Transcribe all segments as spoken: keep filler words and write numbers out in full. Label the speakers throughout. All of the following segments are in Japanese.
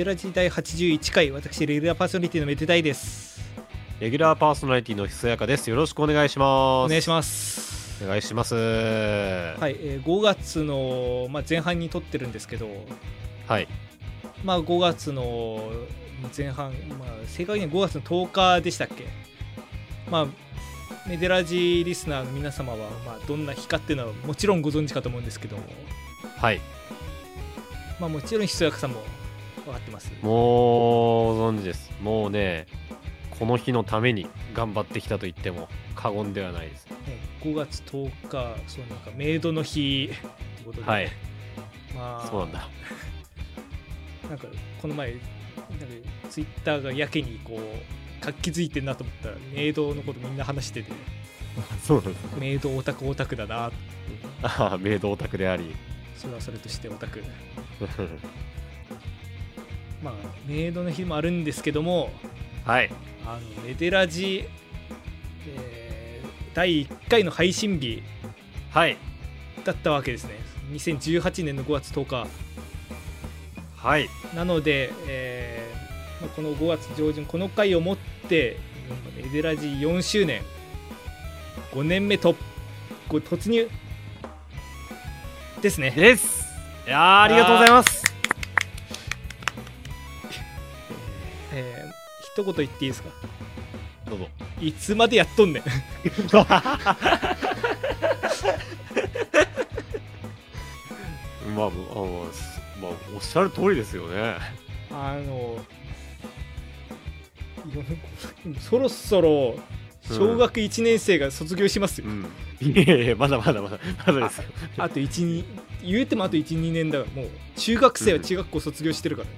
Speaker 1: ラジ第はちじゅういっかい、私レギュラーパーソナリティのメテタイです。
Speaker 2: レギュラーパーソナリティのひそやかです。よろしくお願いします。
Speaker 1: お願いします。
Speaker 2: お願いします。はい、
Speaker 1: えー、ごがつの、まあ、前半に撮ってるんですけど、
Speaker 2: はい、
Speaker 1: まあ、ごがつの前半、まあ、正確にはごがつのとおかでしたっけ。まあメデラジリスナーの皆様は、まあ、どんな日かっていうのはもちろんご存知かと思うんですけども、
Speaker 2: はい、
Speaker 1: まあ、もちろんひそやかさんも分かってます。
Speaker 2: もうご存知です。もうね、この日のために頑張ってきたと言っても過言ではないです。
Speaker 1: ごがつとおか、そうなんかメイドの日ってことで、
Speaker 2: はい、
Speaker 1: まあ、
Speaker 2: そうなんだ。
Speaker 1: なんかこの前なんかツイッターがやけにこう活気づいてんなと思ったら、メイドのことみんな話してて
Speaker 2: そうなんです。
Speaker 1: メイドオタクオタクだな。
Speaker 2: ああ、メイドオタクであり、
Speaker 1: それはそれとしてオタクまあメイドの日もあるんですけども、
Speaker 2: はい、
Speaker 1: あのメデラジ、えー、だいいっかいの配信日
Speaker 2: はい
Speaker 1: だったわけですね。にせんじゅうはちねんのごがつとおか、
Speaker 2: はい、
Speaker 1: なので、えーまあ、このごがつ上旬この回をもってメデラジよんしゅうねん、ごねんめと突入ですね。
Speaker 2: です。いやー、ありがとうございます。
Speaker 1: えー、一言言っていいですか。
Speaker 2: どうぞ。
Speaker 1: いつまでやっとんねん
Speaker 2: まあ、まあ、まあ、おっしゃる通りですよね。
Speaker 1: あのそろそろ小学いちねん生が卒業しますよ、
Speaker 2: うんうん、いやいや、まだまだまだまだですよ。
Speaker 1: あ, あといち、に言うてもあといち、にねんだから、もう中学生は中学校卒業してるから、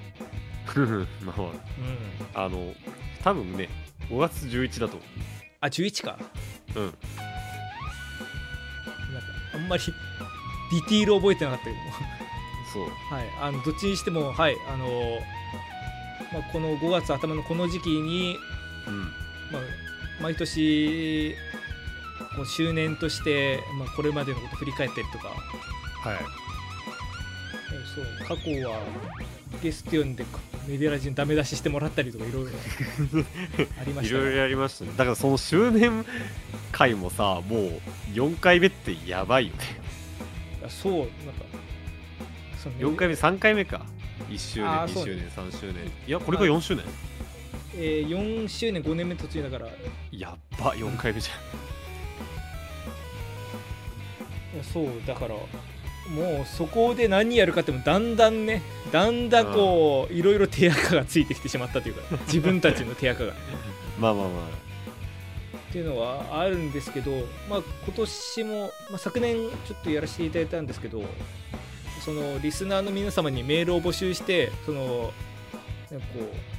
Speaker 2: うん、まあまあ、
Speaker 1: うん、
Speaker 2: あの多分ねごがつじゅういちだと思う。
Speaker 1: あ、じゅういちか。
Speaker 2: うん、
Speaker 1: なんかあんまりディティール覚えてなかったけども
Speaker 2: そう、
Speaker 1: はい、あのどっちにしても、はい、あのまあ、このごがつ頭のこの時期に、
Speaker 2: うん、
Speaker 1: まあ、毎年こう周年として、まあ、これまでのこと振り返ったりとか、
Speaker 2: はい、
Speaker 1: そう過去はゲスト呼んでメディアラジにダメ出ししてもらったりとかいろいろありましたね。
Speaker 2: いろいろやりましたね。だからその周年回もさ、もうよんかいめってやばいよね。
Speaker 1: そう、なんか
Speaker 2: そのよんかいめさんかいめか。いっしゅうねん、にしゅうねん、さんしゅうねん、いやこれがよんしゅうねん、
Speaker 1: えー、よんしゅうねんごねんめ途中だから、
Speaker 2: やっばよんかいめじ
Speaker 1: ゃん。そうだからもうそこで何やるかってもだんだんね、だんだんこういろいろ手垢がついてきてしまったというか、自分たちの手垢が
Speaker 2: まあまあまあ
Speaker 1: っていうのはあるんですけど、まあ、今年も、まあ、昨年ちょっとやらせていただいたんですけど、そのリスナーの皆様にメールを募集して、そのなんかこ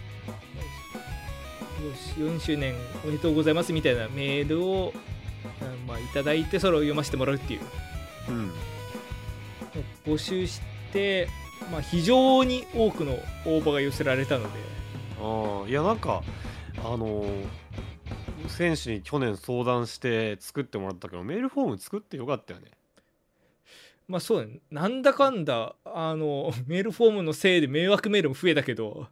Speaker 1: うよんしゅうねんおめでとうございますみたいなメールを、まあ、いただいて、それを読ませてもらうっていう、
Speaker 2: うん、
Speaker 1: 募集して、まあ、非常に多くの応募が寄せられたので、
Speaker 2: あ、いやなんかあのー、選手に去年相談して作ってもらったけど、メールフォーム作ってよかったよね。
Speaker 1: まあそうね、なんだかんだあのメールフォームのせいで迷惑メールも増えたけど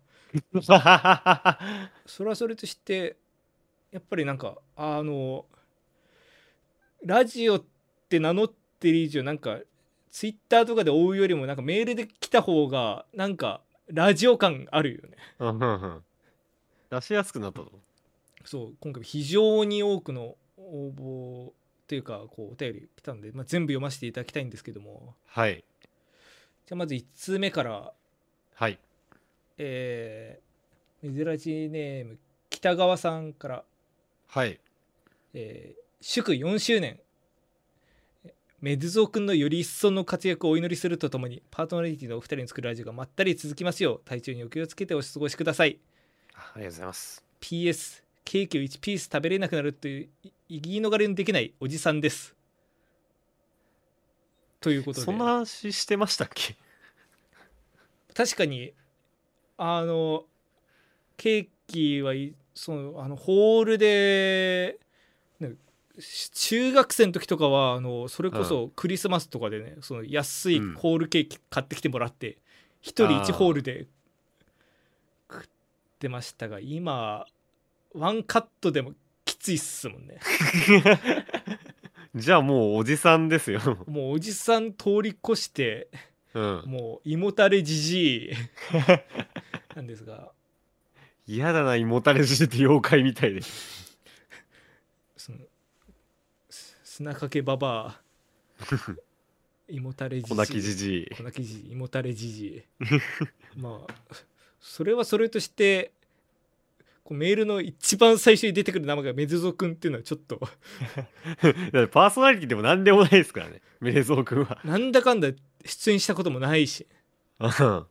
Speaker 1: それはそれとしてやっぱりなんかあのラジオって名乗ってる以上、なんかツイッターとかで追うよりもなんかメールで来た方がなんかラジオ感あるよね
Speaker 2: 出しやすくなったと。
Speaker 1: そう、今回非常に多くの応募というかこうお便り来たので、まあ、全部読ませていただきたいんですけども、
Speaker 2: はい、
Speaker 1: じゃあまずいっつうめから、
Speaker 2: はい、
Speaker 1: えー、メデラジネーム北川さんから、
Speaker 2: はい、
Speaker 1: えー、祝よんしゅうねん、メドゥゾー君のより一層の活躍をお祈りするとともに、パートナリティのお二人に作るラジオがまったり続きますよう、体調にお気をつけてお過ごしください。
Speaker 2: ありがとうございます。
Speaker 1: ピーエス ケーキをいちピース食べれなくなるという言い逃れのできないおじさんです、ということで。
Speaker 2: そんな話してましたっけ。
Speaker 1: 確かにあのケーキはそのあのホールで、ね、中学生の時とかはあのそれこそクリスマスとかでね、その安いホールケーキ買ってきてもらって、一人いちホールでってましたが、今ワンカットでもきついっすもんね。
Speaker 2: じゃあもうおじさんですよ。
Speaker 1: もうおじさん通り越して、
Speaker 2: うん。
Speaker 1: もう胃もたれじじいなんですが、
Speaker 2: 嫌だな、胃もたれしてて妖怪みたいで。
Speaker 1: そのす砂かけばばあ、胃もたれじじい、
Speaker 2: 小泣きじじい。
Speaker 1: 小泣きじじい、胃もたれじじいまあそれはそれとして、こうメールの一番最初に出てくる名前がメズゾくんっていうのはちょっと
Speaker 2: だってパーソナリティでも何でもないですからね、メレゾー君は。
Speaker 1: なんだかんだ出演したこともないし、
Speaker 2: うん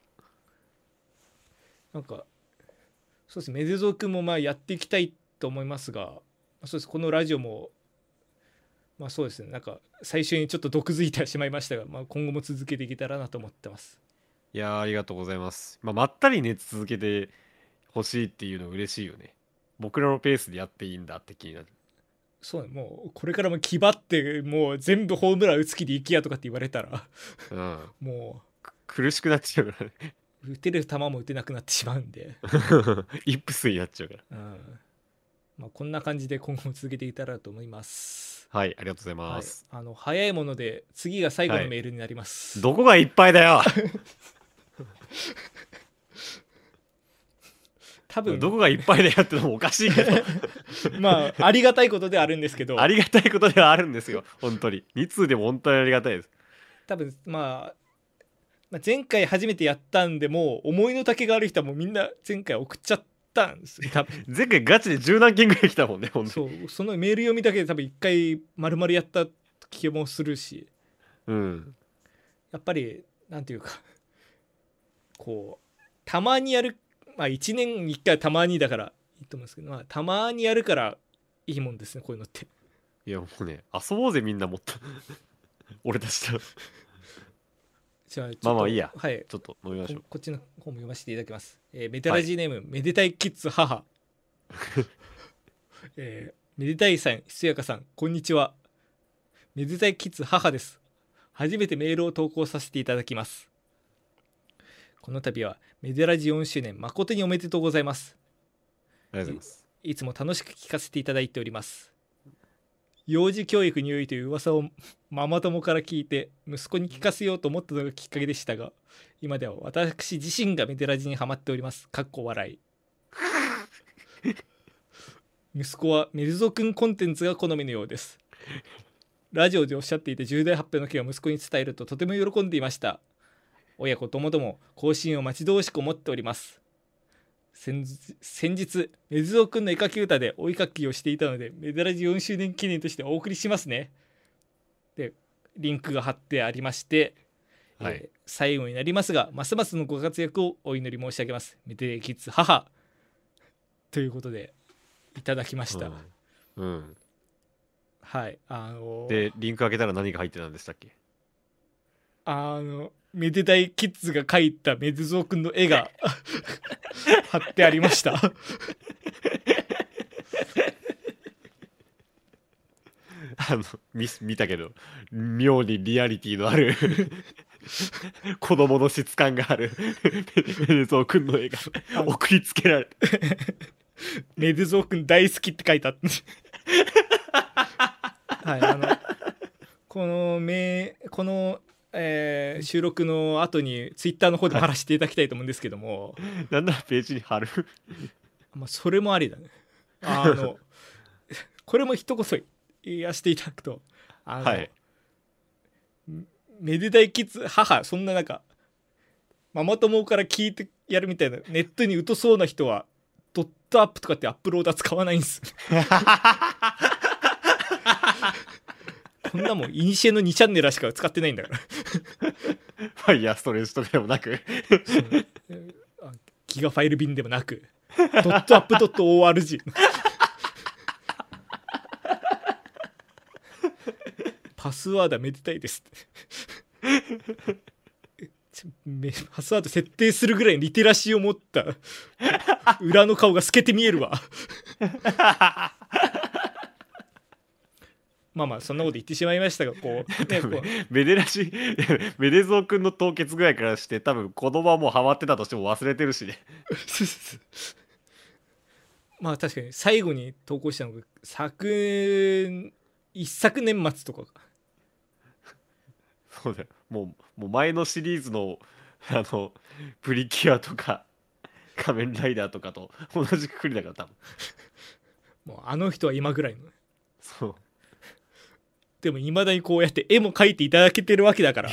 Speaker 1: なんかそうですね、メズゾくんもまあやっていきたいと思いますが、そうです、このラジオもまあそうですね、なんか最初にちょっと毒づいてはしまいましたが、まあ、今後も続けていけたらなと思ってます。
Speaker 2: いやー、ありがとうございます。まあ、まったりね続けてほしいっていうの嬉しいよね。僕らのペースでやっていいんだって気になる。
Speaker 1: そうね、もうこれからも気張ってもう全部ホームラン打つ気でいきやとかって言われたら
Speaker 2: うん。
Speaker 1: も
Speaker 2: 苦しくなっちゃうからね。
Speaker 1: う打てる球も打てなくなってしまうんで、
Speaker 2: イップスになっちゃうから。
Speaker 1: うんまあ、こんな感じで今後も続けていけたらと思います。
Speaker 2: はい、ありがとうござい
Speaker 1: はい、
Speaker 2: ます。
Speaker 1: あの早いもので次が最後
Speaker 2: はい
Speaker 1: のメールになります。
Speaker 2: どこがいっぱいだよ。
Speaker 1: 多分
Speaker 2: どこがいっぱいだよってのもおかしいけど。
Speaker 1: まあありがたいことではあるんですけど、
Speaker 2: ありがたいことではあるんですよ、本当に。に通でも本当にありがたいです。
Speaker 1: 多分まあまあ前回初めてやったんで、もう思いの丈がある人はもうみんな前回送っちゃったんですよ多分。
Speaker 2: 前回ガチで十何件ぐらい来たもんね、本当
Speaker 1: そ
Speaker 2: に。
Speaker 1: う、そのメール読みだけで多分一回丸々やった気もするし、
Speaker 2: うん。
Speaker 1: やっぱりなんていうか、こうたまにやる、まあいちねんにいっかいたまにだからいいと思うんですけど、まあたまにやるからいいもんですね、こういうのって。
Speaker 2: いやもうね、遊ぼうぜみんなもっと。俺たちと。
Speaker 1: じゃあちょっと
Speaker 2: まあまあいいや。
Speaker 1: はい、
Speaker 2: ちょっと飲みましょう。
Speaker 1: ここっちの方も読ませていただきます。えーメタラジーネーム、めでたいキッズ母えーめでたいさん、ひつやかさん、こんにちは。めでたいキッズ母です。初めてメールを投稿させていただきます。この度はメデラジよんしゅうねん誠におめでとうございます。
Speaker 2: ありがとうございます。
Speaker 1: いつも楽しく聞かせていただいております。幼児教育に良いという噂をママ友から聞いて息子に聞かせようと思ったのがきっかけでしたが、今では私自身がメデラジにハマっております。かっこ笑い。息子はメルゾくんコンテンツが好みのようです。ラジオでおっしゃっていた重大発表の件を息子に伝えるととても喜んでいました。親子ともども更新を待ち遠しく思っております。先日先日メズオくんの絵描き歌で追い描きをしていたので、メデラジよんしゅうねん記念としてお送りしますね。でリンクが貼ってありまして、
Speaker 2: はい、
Speaker 1: えー最後になりますがますますのご活躍をお祈り申し上げます。メデキッズ母ということでいただきました。
Speaker 2: うん、うん、
Speaker 1: はいあのー、
Speaker 2: でリンク開けたら何が入ってたんでしたっけ？
Speaker 1: あのめでたいキッズが描いたメズゾーくんの絵が貼ってありました
Speaker 2: あの 見, 見たけど妙にリアリティのある子供の質感があるメデゾーくんの絵が送りつけられて
Speaker 1: メデゾーくん大好きって書いてあったはいあのこのめこのえー、収録の後にツイッターの方でも貼らせていただきたいと思うんですけども、
Speaker 2: なんならページに貼る
Speaker 1: まあそれもありだね。あのこれも一言言わせていただくと、あの、はい、めでたいキッズ母、そんななんかママ友から聞いてやるみたいなネットに疎そうな人はドットアップとかってアップローダー使わないんですこんなもんイニシエのにチャンネルしか使ってないんだから
Speaker 2: ファイヤーストレージとかでもなく
Speaker 1: ギガファイル便でもなくドットアップドット オーアールジー パスワードはめでたいですパスワード設定するぐらいリテラシーを持った裏の顔が透けて見えるわまあまあそんなこと言ってしまいましたが、こう、ね、こう
Speaker 2: メデラシメデゾー君の凍結ぐらいからして多分子供はもうハマってたとしても忘れてるしね
Speaker 1: まあ確かに最後に投稿したのが昨一昨年末とかか。
Speaker 2: そうだよ。もうもう前のシリーズのあのプリキュアとか仮面ライダーとかと同じくくりだから多分。
Speaker 1: もうあの人は今ぐらいの。
Speaker 2: そう。
Speaker 1: でもいまだにこうやって絵も描いていただけてるわけだから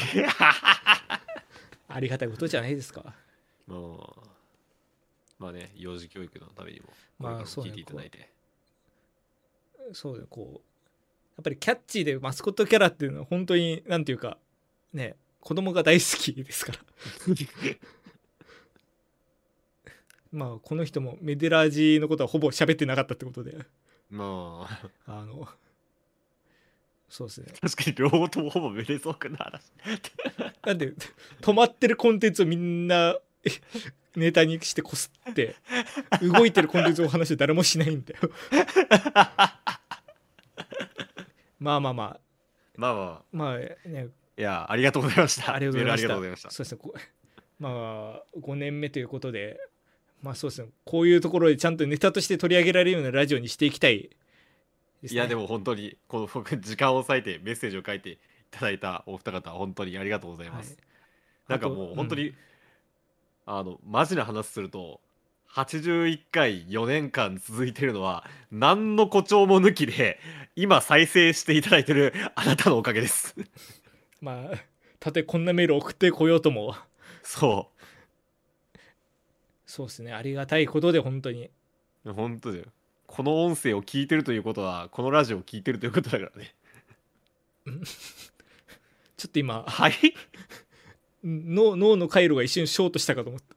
Speaker 1: ありがたいことじゃないですか。
Speaker 2: まあまあね、幼児教育のためにも
Speaker 1: まあ
Speaker 2: これからも聞いていただいて。
Speaker 1: そうだよ、こうやっぱりキャッチーでマスコットキャラっていうのは本当になんていうかね、子供が大好きですからまあこの人もメデラジのことはほぼ喋ってなかったってことで、
Speaker 2: まあ
Speaker 1: あのそうですね、
Speaker 2: 確かに両方ともほぼメレゾークの話。
Speaker 1: なんで止まってるコンテンツをみんなネタにしてこすって動いてるコンテンツの話を誰もしないんだよまあまあまあ
Speaker 2: まあまあ
Speaker 1: まあね、
Speaker 2: いやありがとうございました。
Speaker 1: ありがとうございました。
Speaker 2: メールありがとうございました。
Speaker 1: そうですね、こまあごねんめということで、まあそうですね、こういうところでちゃんとネタとして取り上げられるようなラジオにしていきたいですね。
Speaker 2: いやでも本当にこの僕時間を割いてメッセージを書いていただいたお二方本当にありがとうございます。
Speaker 1: はい、
Speaker 2: なんか
Speaker 1: あと
Speaker 2: もう本当に、
Speaker 1: うん
Speaker 2: あのマジな話するとはちじゅういっかいよねんかん続いてるのは何の誇張も抜きで今再生していただいてるあなたのおかげです
Speaker 1: まあたとえこんなメール送ってこようとも
Speaker 2: そ
Speaker 1: そうですね、ありがたいことで本当に
Speaker 2: う本当だよ。この音声を聞いてるということはこのラジオを聞いてるということだからね。
Speaker 1: ちょっと今
Speaker 2: はい
Speaker 1: 脳脳の回路が一瞬ショートしたかと思った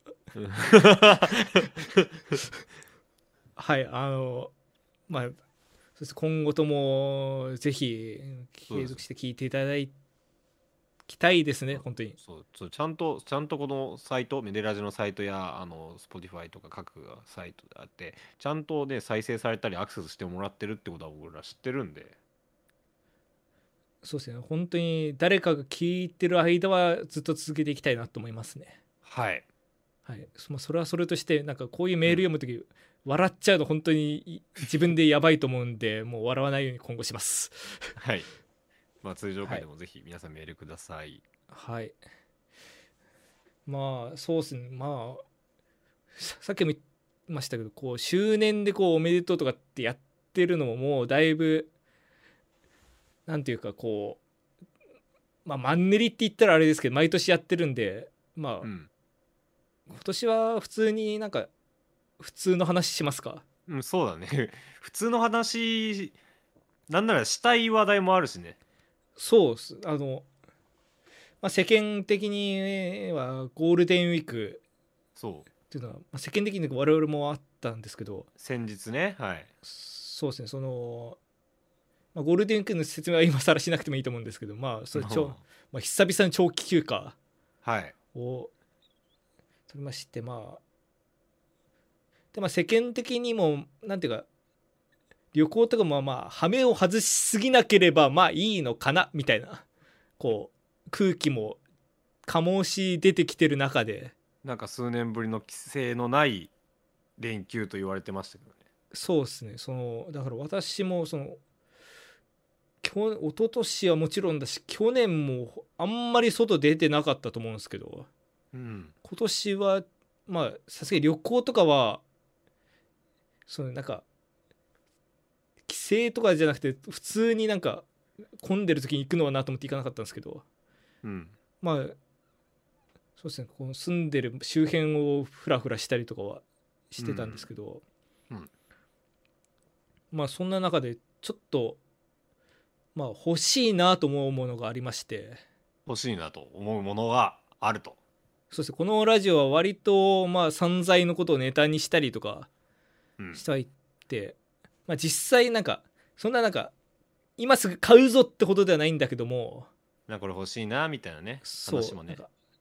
Speaker 1: はいあのまあそして今後ともぜひ継続して聞いていただきたいですね、本当に。
Speaker 2: そうそうちゃんとちゃんとこのサイトメデラジのサイトやあの Spotify とか各サイトであってちゃんとね再生されたりアクセスしてもらってるってことは僕ら知ってるんで。
Speaker 1: そうですね、本当に誰かが聞いてる間はずっと続けていきたいなと思いますね。
Speaker 2: はい
Speaker 1: はい、そそれはそれとしてなんかこういうメール読むとき、うん、笑っちゃうの本当に自分でやばいと思うんでもう笑わないように今後します
Speaker 2: はいまあ通常回でもぜひ皆さんメールください。
Speaker 1: はい、まあそうですね、まあささっきも言いましたけどこう周年でこうおめでとうとかってやってるのももうだいぶなんていうかこうまあマンネリって言ったらあれですけど毎年やってるんでまあ、うん、今年は普通になんか普通の話しますか。
Speaker 2: うん、そうだね普通の話なんならしたい話題もあるしね。
Speaker 1: そうっす、あの、まあ、世間的にはゴールデンウィーク
Speaker 2: そう
Speaker 1: っていうのは、まあ、世間的に我々もあったんですけど
Speaker 2: 先日ね。はい
Speaker 1: そうですね、その、まあ、ゴールデンウィークの説明は今更しなくてもいいと思うんですけどまあそれちょ、まあ、久々に長期休暇を取りまして、まあでまあ世間的にもなんていうか旅行とかもまあ羽目を外しすぎなければまあいいのかなみたいなこう空気も醸し出てきてる中で
Speaker 2: なんか数年ぶりの規制のない連休と言われてましたけどね。
Speaker 1: そうですね、そのだから私もその一昨年はもちろんだし去年もあんまり外出てなかったと思うんですけど、
Speaker 2: うん、
Speaker 1: 今年はまあさすがに旅行とかはそのなんか帰省とかじゃなくて普通になんか混んでる時に行くのはなと思って行かなかったんですけど、
Speaker 2: うん、
Speaker 1: まあそうですね、この住んでる周辺をフラフラしたりとかはしてたんですけど、
Speaker 2: うんうん、
Speaker 1: まあそんな中でちょっとまあ欲しいなと思うものがありまして。
Speaker 2: 欲しいなと思うものがあると。
Speaker 1: そしてこのラジオは割とまあ散財のことをネタにしたりとかしてはいて、うん、まあ実際なんかそんななんか今すぐ買うぞってほどではないんだけども、
Speaker 2: なんかこれ欲しいなみたいなね話もね、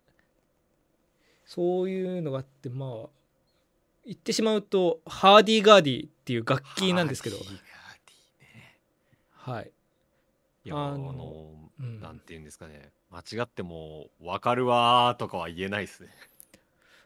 Speaker 1: そういうのがあって、まあ言ってしまうとハーディーガーディっていう楽器なんですけど、ハーディーガーディね、はい、
Speaker 2: いやあの、あのうん、なんていうんですかね、間違っても分かるわとかは言えないですね。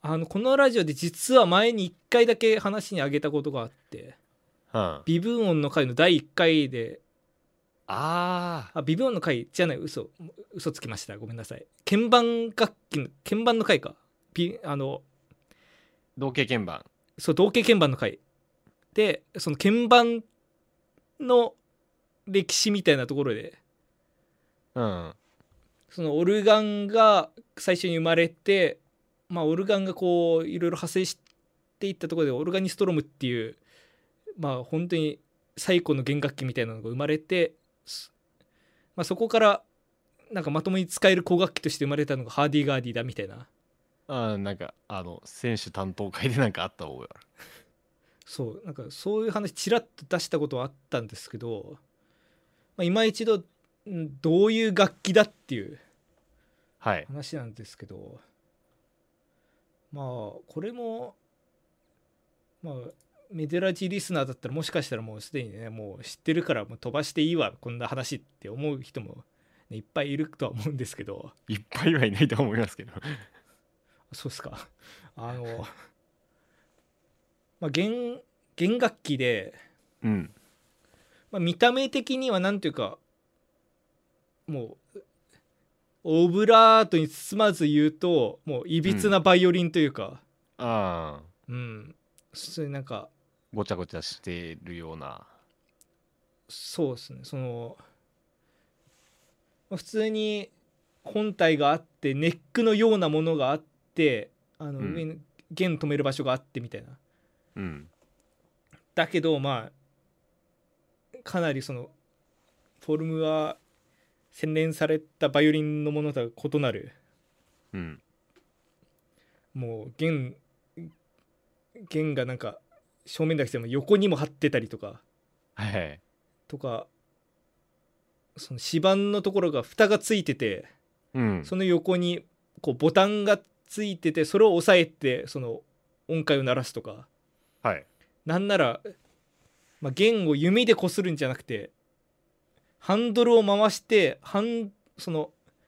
Speaker 1: あのこのラジオで実は前にいっかいだけ話に挙げたことがあって、
Speaker 2: うん
Speaker 1: 微分音の回のだいいっかいで、
Speaker 2: ああ
Speaker 1: あ微分音の回じゃない、嘘嘘つきました、ごめんなさい。鍵盤楽器の鍵盤の回か、ピあの
Speaker 2: 同型鍵盤
Speaker 1: そう同型鍵盤の回で、その鍵盤の歴史みたいなところで、
Speaker 2: うん
Speaker 1: そのオルガンが最初に生まれて、まあオルガンがこういろいろ派生していったところでオルガニストロムっていう、まあ本当に最古の弦楽器みたいなのが生まれて、まあ、そこからなんかまともに使える古楽器として生まれたのがハーディーガーディーだみたいな。
Speaker 2: あーなんかあの選手担当会でなんかあった覚えある。
Speaker 1: そうなんかそういう話ちらっと出したことはあったんですけど、まあ、今一度んどういう楽器だっていう
Speaker 2: はい
Speaker 1: 話なんですけど、まあこれもまあメデラジリスナーだったらもしかしたらもうすでにねもう知ってるからもう飛ばしていいわこんな話って思う人も、ね、いっぱいいるとは思うんですけど。
Speaker 2: いっぱいはいないと思いますけど
Speaker 1: そうですか。あのまあ弦弦楽器で、
Speaker 2: うん
Speaker 1: まあ、見た目的にはなんていうかもうオブラートに包まず言うともういびつなバイオリンというか、
Speaker 2: ああ
Speaker 1: うん、うん、それなんか
Speaker 2: ごちゃごちゃしてるような
Speaker 1: そうですね、その、まあ、普通に本体があってネックのようなものがあってあの
Speaker 2: うん
Speaker 1: 上に弦止める場所があってみたいな、
Speaker 2: うん
Speaker 1: だけどまあかなりそのフォルムは洗練されたバイオリンのものとは異なる、
Speaker 2: うん
Speaker 1: もう弦弦がなんか正面だけでも横にも張ってたりとか
Speaker 2: はいはい
Speaker 1: とか、その指板のところが蓋がついてて、
Speaker 2: うん
Speaker 1: その横にこうボタンがついててそれを押さえてその音階を鳴らすとか、
Speaker 2: はい
Speaker 1: なんなら、まあ、弦を弓でこするんじゃなくてハンドルを回してハンその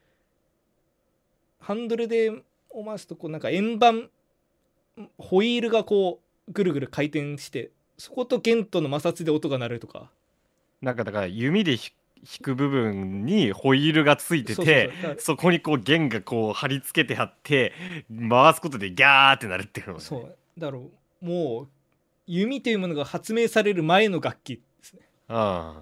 Speaker 1: ハンドルでを回すとこうなんか円盤ホイールがこうぐるぐる回転してそこと弦との摩擦で音が鳴るとか。
Speaker 2: なんかだから弓でひ弾く部分にホイールがついて
Speaker 1: そうそう
Speaker 2: て
Speaker 1: そうだから
Speaker 2: そこにこう弦がこう貼り付けてあって回すことでギャーってなるっていうのね
Speaker 1: そうだろう、もう弓というものが発明される前の楽器ですね。
Speaker 2: あ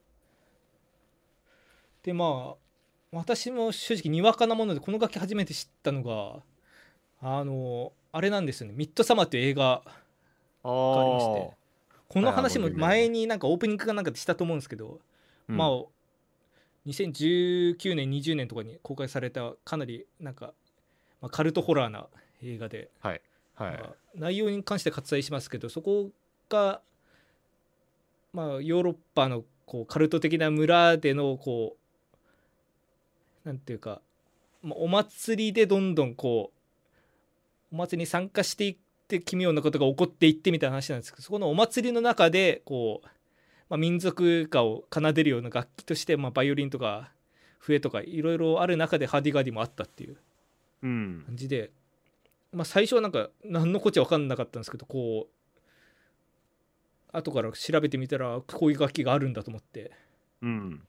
Speaker 1: でまあ私も正直にわかなものでこの楽器初めて知ったのがあのあれなんですよね、ミッドサマーっていう映画
Speaker 2: ああ
Speaker 1: がありまして、この話も
Speaker 2: はいあの
Speaker 1: 前になんかオープニングかなんかでしたと思うんですけど、
Speaker 2: うん
Speaker 1: まあにせんじゅうきゅうねんにじゅうねんとかに公開されたかなりなんか、まあ、カルトホラーな映画で、
Speaker 2: はいはい
Speaker 1: まあ内容に関して割愛しますけど、そこが、まあ、ヨーロッパのこうカルト的な村でのこうなんていうか、まあお祭りでどんどんこうお祭りに参加していって奇妙なことが起こっていってみたいな話なんですけど、そこのお祭りの中でこう、まあ、民族歌を奏でるような楽器として、まあ、バイオリンとか笛とかいろいろある中でハディガディもあったっていう
Speaker 2: うん
Speaker 1: 感じで、まあ、最初はなんか何のこっちゃ分かんなかったんですけど、こう後から調べてみたらこういう楽器があるんだと思って、
Speaker 2: うん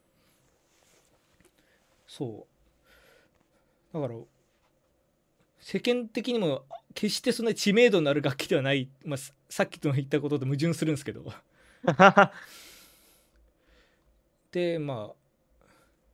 Speaker 1: そうだから世間的にも決してそんなに知名度のある楽器ではない、まあ、ささっきと言ったことと矛盾するんですけどでまあ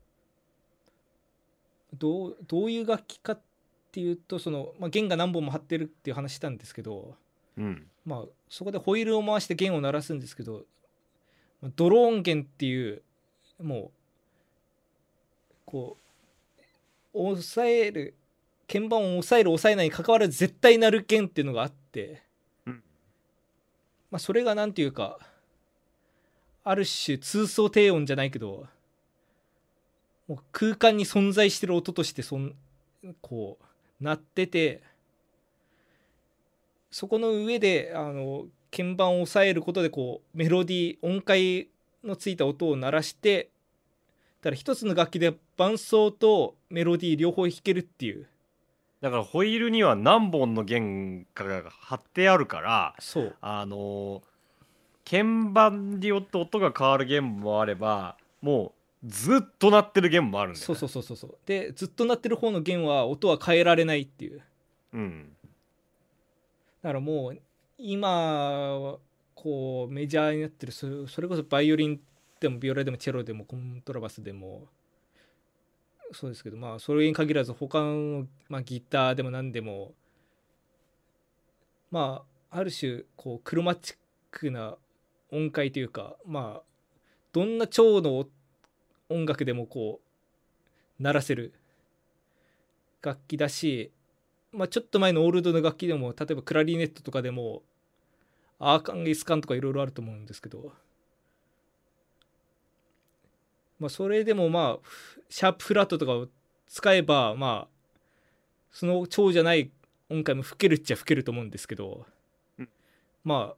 Speaker 1: どうどういう楽器かっていうと、その、まあ、弦が何本も張ってるっていう話したんですけど、
Speaker 2: うん
Speaker 1: まあ、そこでホイールを回して弦を鳴らすんですけど、ドローン弦っていうもうこう抑える鍵盤を抑える抑えないに関わらず絶対鳴る弦っていうのがあって、
Speaker 2: うん
Speaker 1: まあ、それがなんていうかある種通奏低音じゃないけどもう空間に存在してる音としてそんこう鳴ってて、そこの上であの鍵盤を抑えることでこうメロディー音階のついた音を鳴らして、だから一つの楽器で伴奏とメロディー両方弾けるっていう
Speaker 2: だからホイールには何本の弦かが貼ってあるから、
Speaker 1: そう
Speaker 2: あの鍵盤によって音が変わる弦もあれば、もうずっと鳴ってる弦もあるんだよね。
Speaker 1: そうそうそうそうそうでずっと鳴ってる方の弦は音は変えられないっていう。
Speaker 2: うん。
Speaker 1: だからもう今こうメジャーになってるそそれこそバイオリンでもビオラでもチェロでもコントラバスでもそうですけど、まあそれに限らず他の、まあ、ギターでも何でもまあある種こうクロマチックな音階というか、まあどんな調の音楽でもこう鳴らせる楽器だし、まあ、ちょっと前のオールドの楽器でも例えばクラリネットとかでもアーカンギスカンとかいろいろあると思うんですけど、まあ、それでもまあシャープフラットとかを使えばまあその調じゃない音階も吹けるっちゃ吹けると思うんですけど、
Speaker 2: うん、
Speaker 1: ま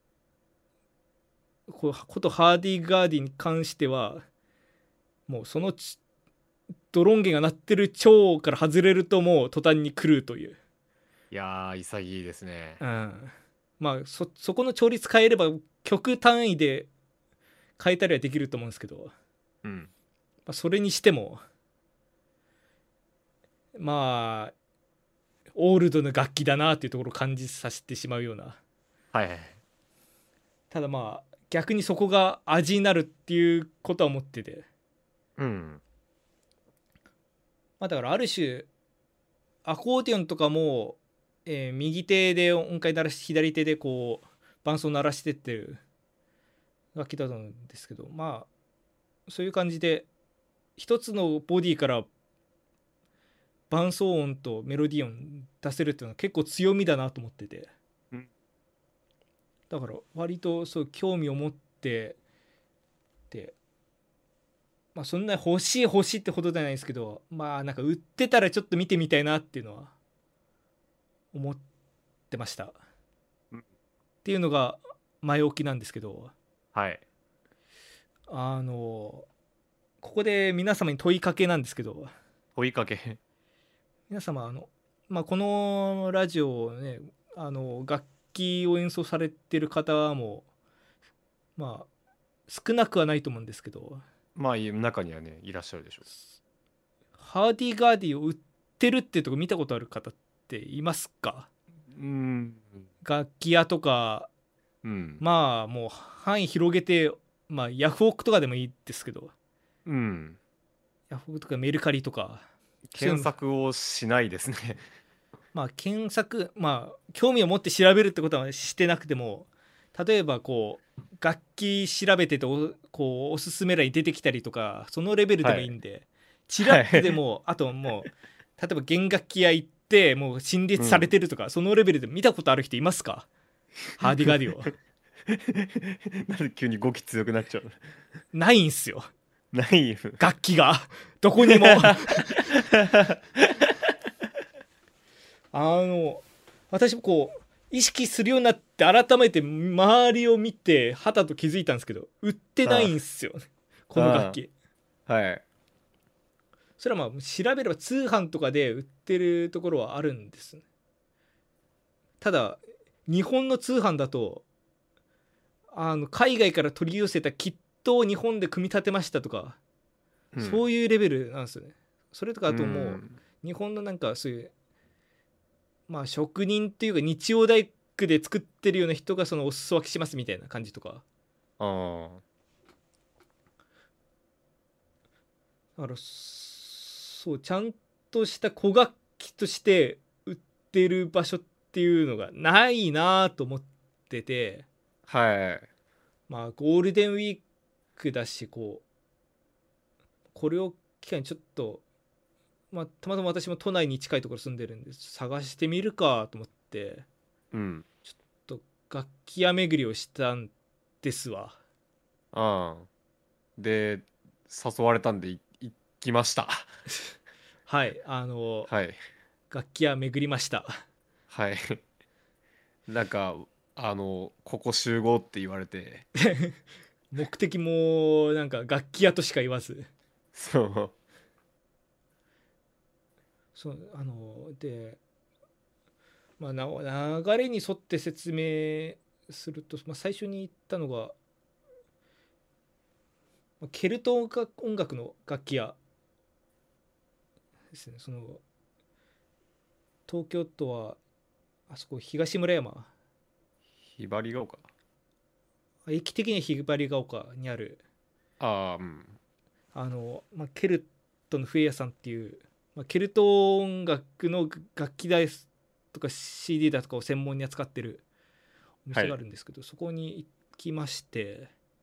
Speaker 1: あこうことハーディーガーディに関してはもうそのドロンゲが鳴ってる調から外れるともう途端に狂うという。
Speaker 2: いやー潔いですね。
Speaker 1: うん、まあ そ, そこの調律変えれば曲単位で変えたりはできると思うんですけど、
Speaker 2: うん。
Speaker 1: まあ、それにしてもまあオールドな楽器だなっていうところを感じさせてしまうような。
Speaker 2: はいはい。
Speaker 1: ただまあ逆にそこが味になるっていうことは思ってて、
Speaker 2: うん。
Speaker 1: まあ、だからある種アコーディオンとかも、えー右手で音階鳴らし左手でこう伴奏鳴らしてってる楽器だと思うんですけど、まあそういう感じで一つのボディから伴奏音とメロディー音出せるっていうのは結構強みだなと思ってて、
Speaker 2: うん。
Speaker 1: だから割とそう興味を持ってで、まあそんな欲しい欲しいってほどじゃないですけど、まあなんか売ってたらちょっと見てみたいなっていうのは思ってましたっ
Speaker 2: うん。
Speaker 1: ていうのが前置きなんですけど、
Speaker 2: はい。
Speaker 1: あのここで皆様に問いかけなんですけど、
Speaker 2: 問いかけ。
Speaker 1: 皆様あの、まあ、このラジオをねあの楽器を演奏されてる方もまあ少なくはないと思うんですけど、
Speaker 2: まあ中にはねいらっしゃるでしょ
Speaker 1: ハーディーガーディを売ってるっていうとこ見たことある方っていますか？
Speaker 2: う。うん。
Speaker 1: 楽器屋とか、
Speaker 2: うん。
Speaker 1: まあもう範囲広げて、まあヤフオクとかでもいいですけど、
Speaker 2: うん。
Speaker 1: ヤフオクとかメルカリとかそういう
Speaker 2: 検
Speaker 1: の、
Speaker 2: 索をしないですね。
Speaker 1: まあ検索、まあ興味を持って調べるってことはしてなくても、例えばこう楽器調べてておこうおすすめ欄に出てきたりとかそのレベルで
Speaker 2: はい。
Speaker 1: もいいんで、チラ
Speaker 2: はい。
Speaker 1: ッとでも、あともう例えば弦楽器屋行ってもう陳列され
Speaker 2: うん。
Speaker 1: てるとかそのレベルで見たことある人いますか？ハーディガーディを。
Speaker 2: なんで急に語気強くなっちゃうの？
Speaker 1: ないんすよ
Speaker 2: ないよ。
Speaker 1: 楽器がどこにも。あの私もこう意識するようになって改めて周りを見てはたと気づいたんですけど売ってないんすよこの楽
Speaker 2: あ
Speaker 1: 器。
Speaker 2: あ、はい。
Speaker 1: それはまあ調べれば通販とかで売ってるところはあるんです。ただ日本の通販だとあの海外から取り寄せたキットを日本で組み立てましたとか、
Speaker 2: うん。
Speaker 1: そういうレベルなんですよね。それとか
Speaker 2: う
Speaker 1: あともう
Speaker 2: ん。
Speaker 1: 日本のなんかそういうまあ職人っていうか日曜大工で作ってるような人がそのお裾分けしますみたいな感じとか、
Speaker 2: ああ。
Speaker 1: だからそうちゃんとした古楽器として売ってる場所っていうのがないなと思ってて、
Speaker 2: はい。
Speaker 1: まあゴールデンウィークだしこうこれを機会にちょっと、まあ、たまたま私も都内に近いところ住んでるんで探してみるかと思って
Speaker 2: うん。
Speaker 1: ちょっと楽器屋巡りをしたんですわ。
Speaker 2: ああ。で、誘われたんでい行きました。
Speaker 1: はいあの
Speaker 2: はい。
Speaker 1: 楽器屋巡りました。
Speaker 2: はい。なんか、あの、ここ集合って言われて、
Speaker 1: 目的もなんか楽器屋としか言わず、
Speaker 2: そう。
Speaker 1: そうあので、まあ、な流れに沿って説明すると、まあ、最初に言ったのが、まあケルト音楽の楽器屋ですね。その東京都はあそこ東村山、
Speaker 2: ひばりが丘。
Speaker 1: 駅的にはひばりが丘にある
Speaker 2: ああ、うん。
Speaker 1: あの、まあ、ケルトの笛屋さんっていう、まあ、ケルト音楽の楽器ですとか シーディー だとかを専門に扱ってるお店があるんですけど、そこに行きまして、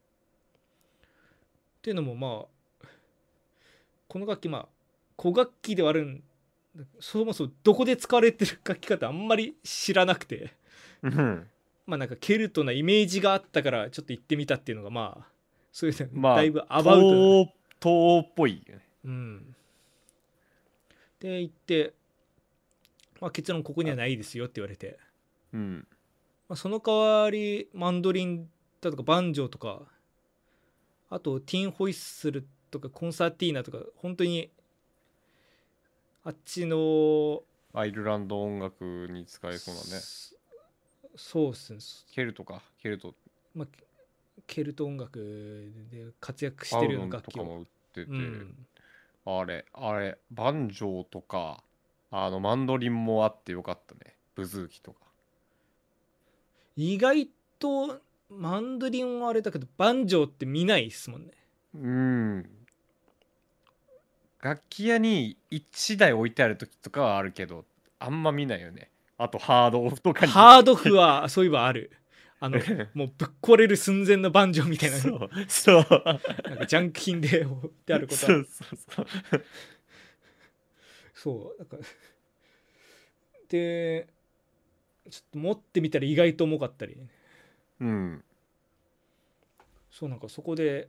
Speaker 1: っていうのもまあこの楽器まあ古楽器ではあるんだ、そもそもどこで使われてる楽器かってあんまり知らなくて、
Speaker 2: うん
Speaker 1: まあなんかケルトなイメージがあったからちょっと行ってみたっていうのがまあそういうだ
Speaker 2: まあ
Speaker 1: いぶアバウトな、
Speaker 2: 東東っぽいよね。
Speaker 1: うん、で行って、まあ、結論ここにはないですよって言われて、
Speaker 2: うん。
Speaker 1: まあ、その代わりマンドリンだとかバンジョーとか、あとティンホイッスルとかコンサーティーナとか、本当にあっちの、
Speaker 2: アイルランド音楽に使えそうなね。
Speaker 1: そうっすね、
Speaker 2: ケルトか。ケルト。
Speaker 1: まあ、ケルト音楽で活躍し
Speaker 2: バ
Speaker 1: てるよう
Speaker 2: ウドンと
Speaker 1: な楽器を、
Speaker 2: かも売ってて、
Speaker 1: うん、
Speaker 2: あれ、あれ、バンジョーとか、あの、マンドリンもあってよかったね。ブズーキとか。
Speaker 1: 意外とマンドリンはあれだけどバンジョーって見ないっすもんね。
Speaker 2: うん。楽器屋にいちだい置いてある時とかはあるけど、あんま見ないよね。あとハードオフとかに。
Speaker 1: ハードフはそういえばある、あのもうぶっ壊れる寸前のバンジョーみたいな、
Speaker 2: そう、そう。
Speaker 1: なんかジャンク品で置いてあることは、
Speaker 2: そうそうそう。
Speaker 1: そうなんかでちょっと持ってみたら意外と重かったり、
Speaker 2: うん。
Speaker 1: そうなんかそこで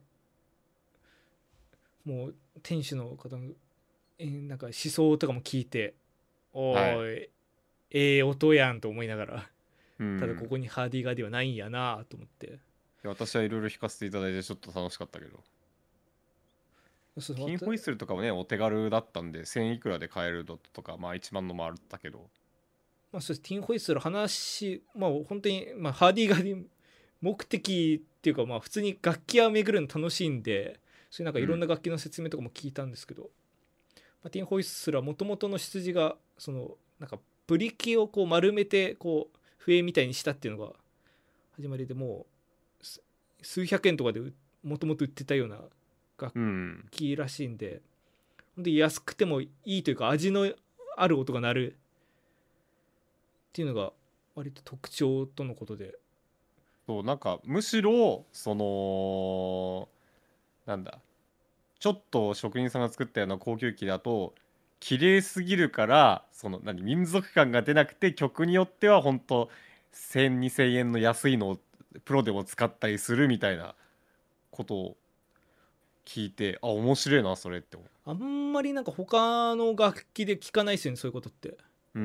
Speaker 1: もう店主の方のえーなんか思想とかも聞いて、お
Speaker 2: はい。
Speaker 1: ーいええ音やんと思いながら、
Speaker 2: う
Speaker 1: ただこ
Speaker 2: ん。
Speaker 1: こにハーディーガーディはないんやなと思って、
Speaker 2: で私はいろいろ弾かせていただいてちょっと楽しかったけど。
Speaker 1: そうそうわた
Speaker 2: ティンホイッスルとかもね、お手軽だったんで、せんいくらで買えるのとか、まあいちまんのもあったけど。
Speaker 1: まあ、そうですティンホイッスル話、まあ本当に、まあ、ハーディーガーディ目的っていうか、まあ普通に楽器屋巡るの楽しいんで、そういうなんかいろんな楽器の説明とかも聞いたんですけど、まあ、ティンホイッスルはもともとの出自がそのなんかブリキをこう丸めてこう笛みたいにしたっていうのが始まりで、もうす数百円とかでもともと売ってたような楽
Speaker 2: うん。
Speaker 1: 器らしいんで、本当に安くてもいいというか味のある音が鳴るっていうのが割と特徴とのことで、
Speaker 2: そう、なんかむしろ、その、なんだ、ちょっと職人さんが作ったような高級機だと、綺麗すぎるから、その、何、民族感が出なくて、曲によっては本当せん、にせんえんの安いのをプロでも使ったりするみたいなことを聞いて、あ、面白いな、それって思
Speaker 1: あんまりなんか他の楽器で聞かないですよね、そういうことって。
Speaker 2: う。うん。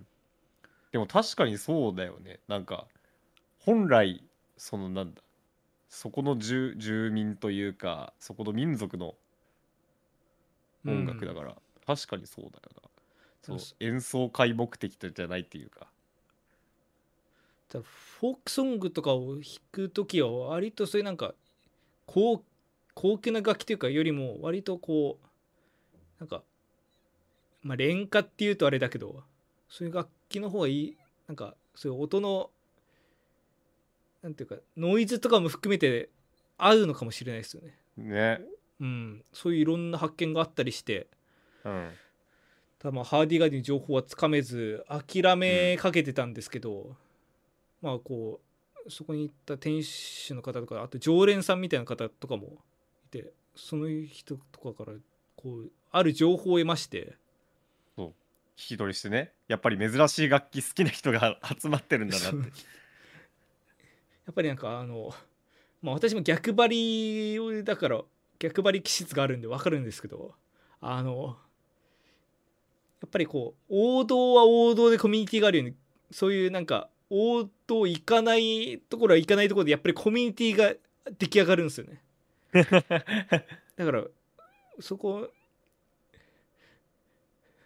Speaker 2: でも確かにそうだよね。なんか、本来、そのなんだ、そこの住、住民というか、そこの民族の音楽だ
Speaker 1: うん
Speaker 2: から、確かにそうだよな。そう、
Speaker 1: だ
Speaker 2: 演奏会目的じゃないっていうか。
Speaker 1: フォークソングとかを弾くときは割とそういうなんか高高級な楽器というかよりも割とこうなんか、まあ廉価っていうとあれだけど、そういう楽器の方がいい、なんかそういう音のなんていうかノイズとかも含めて合うのかもしれないですよね。
Speaker 2: ね。
Speaker 1: うん、そういういろんな発見があったりして、
Speaker 2: うん。
Speaker 1: ただまあハーディガーディの情報はつかめず諦
Speaker 2: うん。
Speaker 1: めかけてたんですけど、まあこうそこに行った店主の方とか、あと常連さんみたいな方とかもいて、その人とかからこうある情報を得まして、
Speaker 2: そう。聞き取りしてね。やっぱり珍しい楽器好きな人が集まってるんだな
Speaker 1: そうや
Speaker 2: って。
Speaker 1: っぱりなんかあの、まあ、私も逆張りだから逆張り気質があるんで分かるんですけど、あのやっぱりこう王道は王道でコミュニティがあるように、そういうなんか王道行かないところは行かないところでやっぱりコミュニティが出来上がるんですよね。だからそこ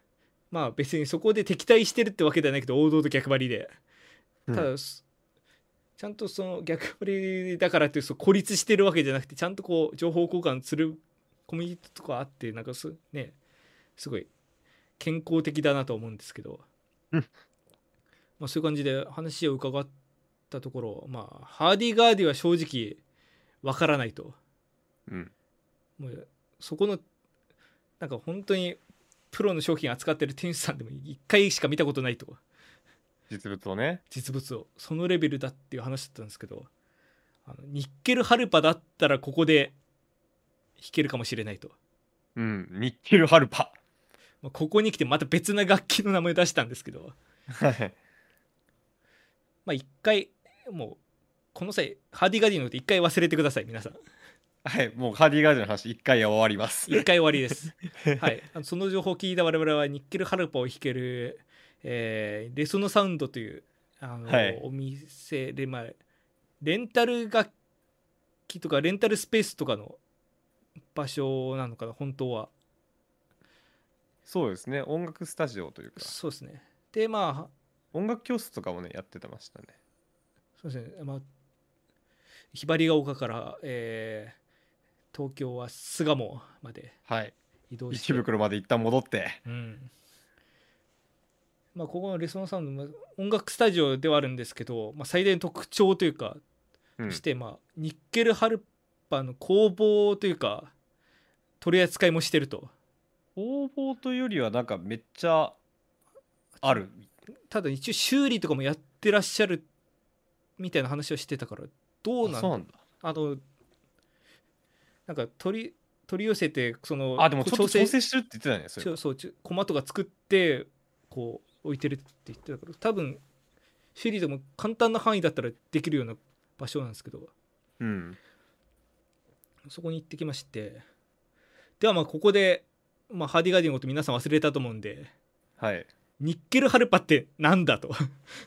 Speaker 1: まあ別にそこで敵対してるってわけではないけど王道と逆張りで、
Speaker 2: うん
Speaker 1: ただ、ちゃんとその逆張りだからってそう孤立してるわけじゃなくて、ちゃんとこう情報交換するコミュニティとかあって、なんかすねすごい健康的だなと思うんですけど、
Speaker 2: うん
Speaker 1: まあ、そういう感じで話を伺ったところ、まあハーディーガーディは正直わからないと。
Speaker 2: うん
Speaker 1: もうそこのなんか本当にプロの商品扱ってる店主さんでもいっかいしか見たことないと、
Speaker 2: 実物をね。
Speaker 1: 実物をそのレベルだっていう話だったんですけど、あのニッケルハルパだったらここで弾けるかもしれないと、
Speaker 2: うんニッケルハルパ。
Speaker 1: まあ、ここに来てまた別な楽器の名前出したんですけど、
Speaker 2: はい
Speaker 1: まあ一回もうこの際ハーディガーディのこと一回忘れてください皆さん。
Speaker 2: はいもうハーディーガーディの話一回終わります
Speaker 1: 一回終わりですはいあのその情報を聞いた我々はニッケルハルパを弾ける、えーレソノサウンドというあの、
Speaker 2: はい
Speaker 1: お店で、まあ、レンタル楽器とかレンタルスペースとかの場所なのかな本当は。
Speaker 2: そうですね音楽スタジオというか
Speaker 1: そうですね。でまあ
Speaker 2: 音楽教室とかもねやってましたね。
Speaker 1: そうですね、まあ、ひばりが丘から、えー東京は巣鴨まで
Speaker 2: はい
Speaker 1: 移動して、
Speaker 2: 池袋まで一旦戻って
Speaker 1: うんまあ、ここのレソノサウンドも音楽スタジオではあるんですけど、まあ、最大の特徴というか
Speaker 2: うん
Speaker 1: として、まあ、ニッケルハルパの工房というか取り扱いもしてると。
Speaker 2: 工房というよりはなんかめっちゃある。
Speaker 1: ただ一応修理とかもやってらっしゃるみたいな話をしてたから、どうなんだ
Speaker 2: あそうなんだ。
Speaker 1: あのなんか取り取り寄せてその
Speaker 2: あでもちょっと調
Speaker 1: 調整
Speaker 2: 整してるって言ってたねそれ
Speaker 1: そうそうちょコマとか作ってこう置いてるって言ってたから、多分修理でも簡単な範囲だったらできるような場所なんですけど、
Speaker 2: うん
Speaker 1: そこに行ってきまして、ではまあここで、まあ、ハーディガーディのこと皆さん忘れたと思うんで、
Speaker 2: はい
Speaker 1: ニッケルハルパってなんだと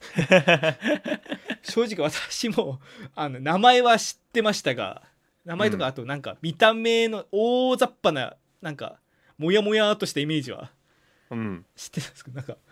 Speaker 1: 正直私もあの名前は知ってましたが、名前とか
Speaker 2: うん
Speaker 1: あとなんか見た目の大雑把ななんかモヤモヤっとしたイメージは
Speaker 2: うん
Speaker 1: 知ってたんですけど、なんか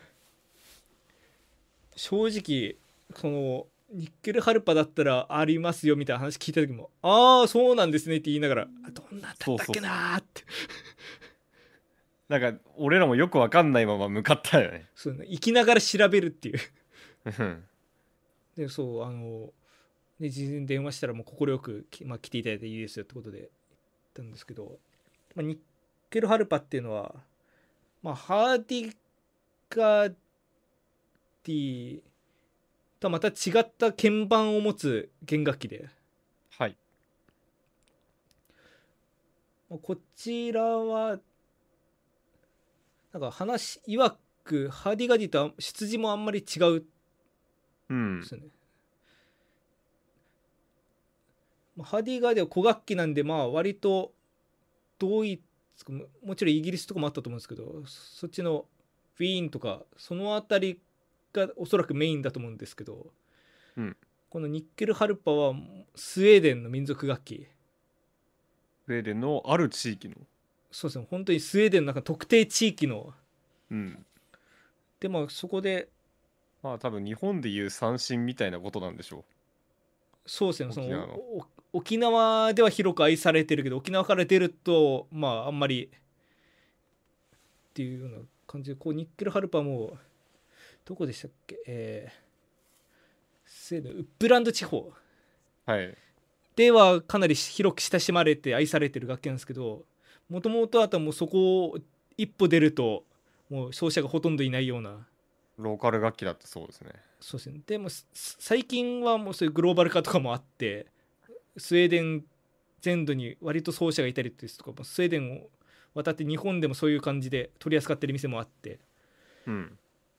Speaker 1: 正直そのニッケルハルパだったらありますよみたいな話聞いた時も、ああそうなんですねって言いながら、あどんなんだったっけなーって、
Speaker 2: なんか俺らもよくわかんないまま向かったよね。
Speaker 1: そうね、生きながら調べるっていう
Speaker 2: うん
Speaker 1: でそうあので事前に電話したらもう快く、まあ、来ていただいていいですよってことで言ったんですけど、まあ、ニッケルハルパっていうのは、まあ、ハーディガーディとはまた違った鍵盤を持つ弦楽器で、
Speaker 2: はい
Speaker 1: まあこちらはなんか話曰くハーディガーディとは出自もあんまり違う
Speaker 2: うん
Speaker 1: ですね。まあハーディガーディは古楽器なんで、まあ割とドイツももちろんイギリスとかもあったと思うんですけど、そっちのウィーンとかその辺りがおそらくメインだと思うんですけど、
Speaker 2: うん
Speaker 1: このニッケルハルパはスウェーデンの民族楽器。
Speaker 2: スウェーデンのある地域の
Speaker 1: そうですね、本当にスウェーデンの中特定地域の、
Speaker 2: うん
Speaker 1: でもそこで
Speaker 2: まあ多分日本でいう三振みたいなことなんでしょ
Speaker 1: そうですね、その
Speaker 2: 沖縄の
Speaker 1: お沖縄では広く愛されてるけど沖縄から出るとまああんまりっていうような感じで、こうニッケルハルパもどこでしたっけ、えー、スウェーデンウップランド地方
Speaker 2: う。はい
Speaker 1: ではかなり広く親しまれて愛されてる楽器なんですけど、もともとあとはもうそこを一歩出るともう奏者がほとんどいないような。
Speaker 2: ローカル楽器だってそうですね。
Speaker 1: そうですね、でもす最近はもうそういうグローバル化とかもあってスウェーデン全土に割と奏者がいたりですとか、スウェーデンを渡って日本でもそういう感じで取り扱ってる店もあって、
Speaker 2: うん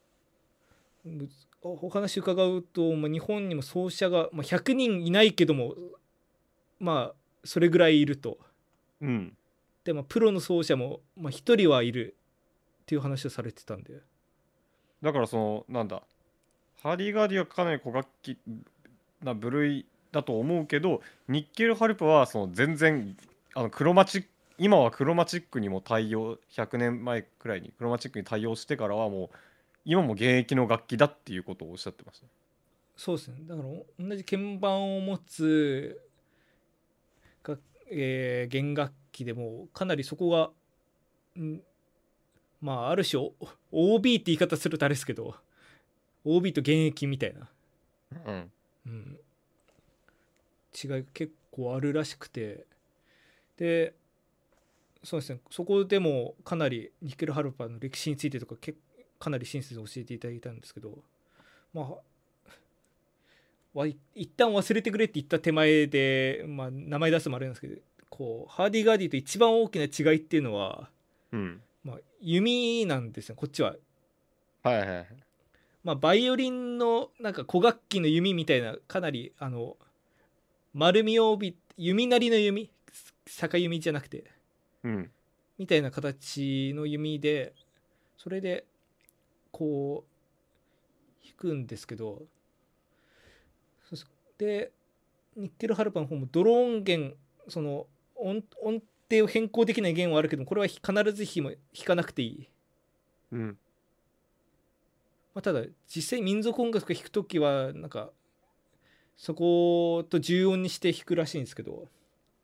Speaker 1: おお話伺うと、まあ、日本にも奏者が、まあ、ひゃくにんいないけどもまあそれぐらいいると。
Speaker 2: うん
Speaker 1: で、まあ、プロの奏者も、まあ、ひとりはいるっていう話をされてたんで、
Speaker 2: だからそのなんだハーディガーディはかなり古楽器な部類だと思うけどニッケルハルパはその全然あの黒町今はクロマチックにも対応、ひゃくねんまえくらいにクロマチックに対応してからはもう今も現役の楽器だっていうことをおっしゃってました。
Speaker 1: そうですね。だから同じ鍵盤を持つが、えー弦楽器でもかなりそこがんまあある種お オービー って言い方するとあれですけど オービー と現役みたいな、
Speaker 2: うん。
Speaker 1: うん、違いが結構あるらしくて、でそうですね、そこでもかなりニッケルハルパの歴史についてとかけかなり親切に教えていただいたんですけど、まあわい一旦忘れてくれって言った手前で、まあ、名前出すのもあれなんですけど、こうハーディガーディと一番大きな違いっていうのは、
Speaker 2: うん。
Speaker 1: まあ、弓なんですよこっちは。
Speaker 2: はいはいはい。
Speaker 1: まあ、バイオリンのなんか古楽器の弓みたいなかなりあの丸みを帯び弓なりの弓、逆弓じゃなくて
Speaker 2: うん。
Speaker 1: みたいな形の弓で、それでこう弾くんですけど、そうそうでニッケルハルパの方もドローン弦、その音音程を変更できない弦はあるけどこれは必ず弾も弾かなくていい、
Speaker 2: うん。
Speaker 1: まあ、ただ実際民族音楽が弾くときはなんかそこと重音にして弾くらしいんですけど、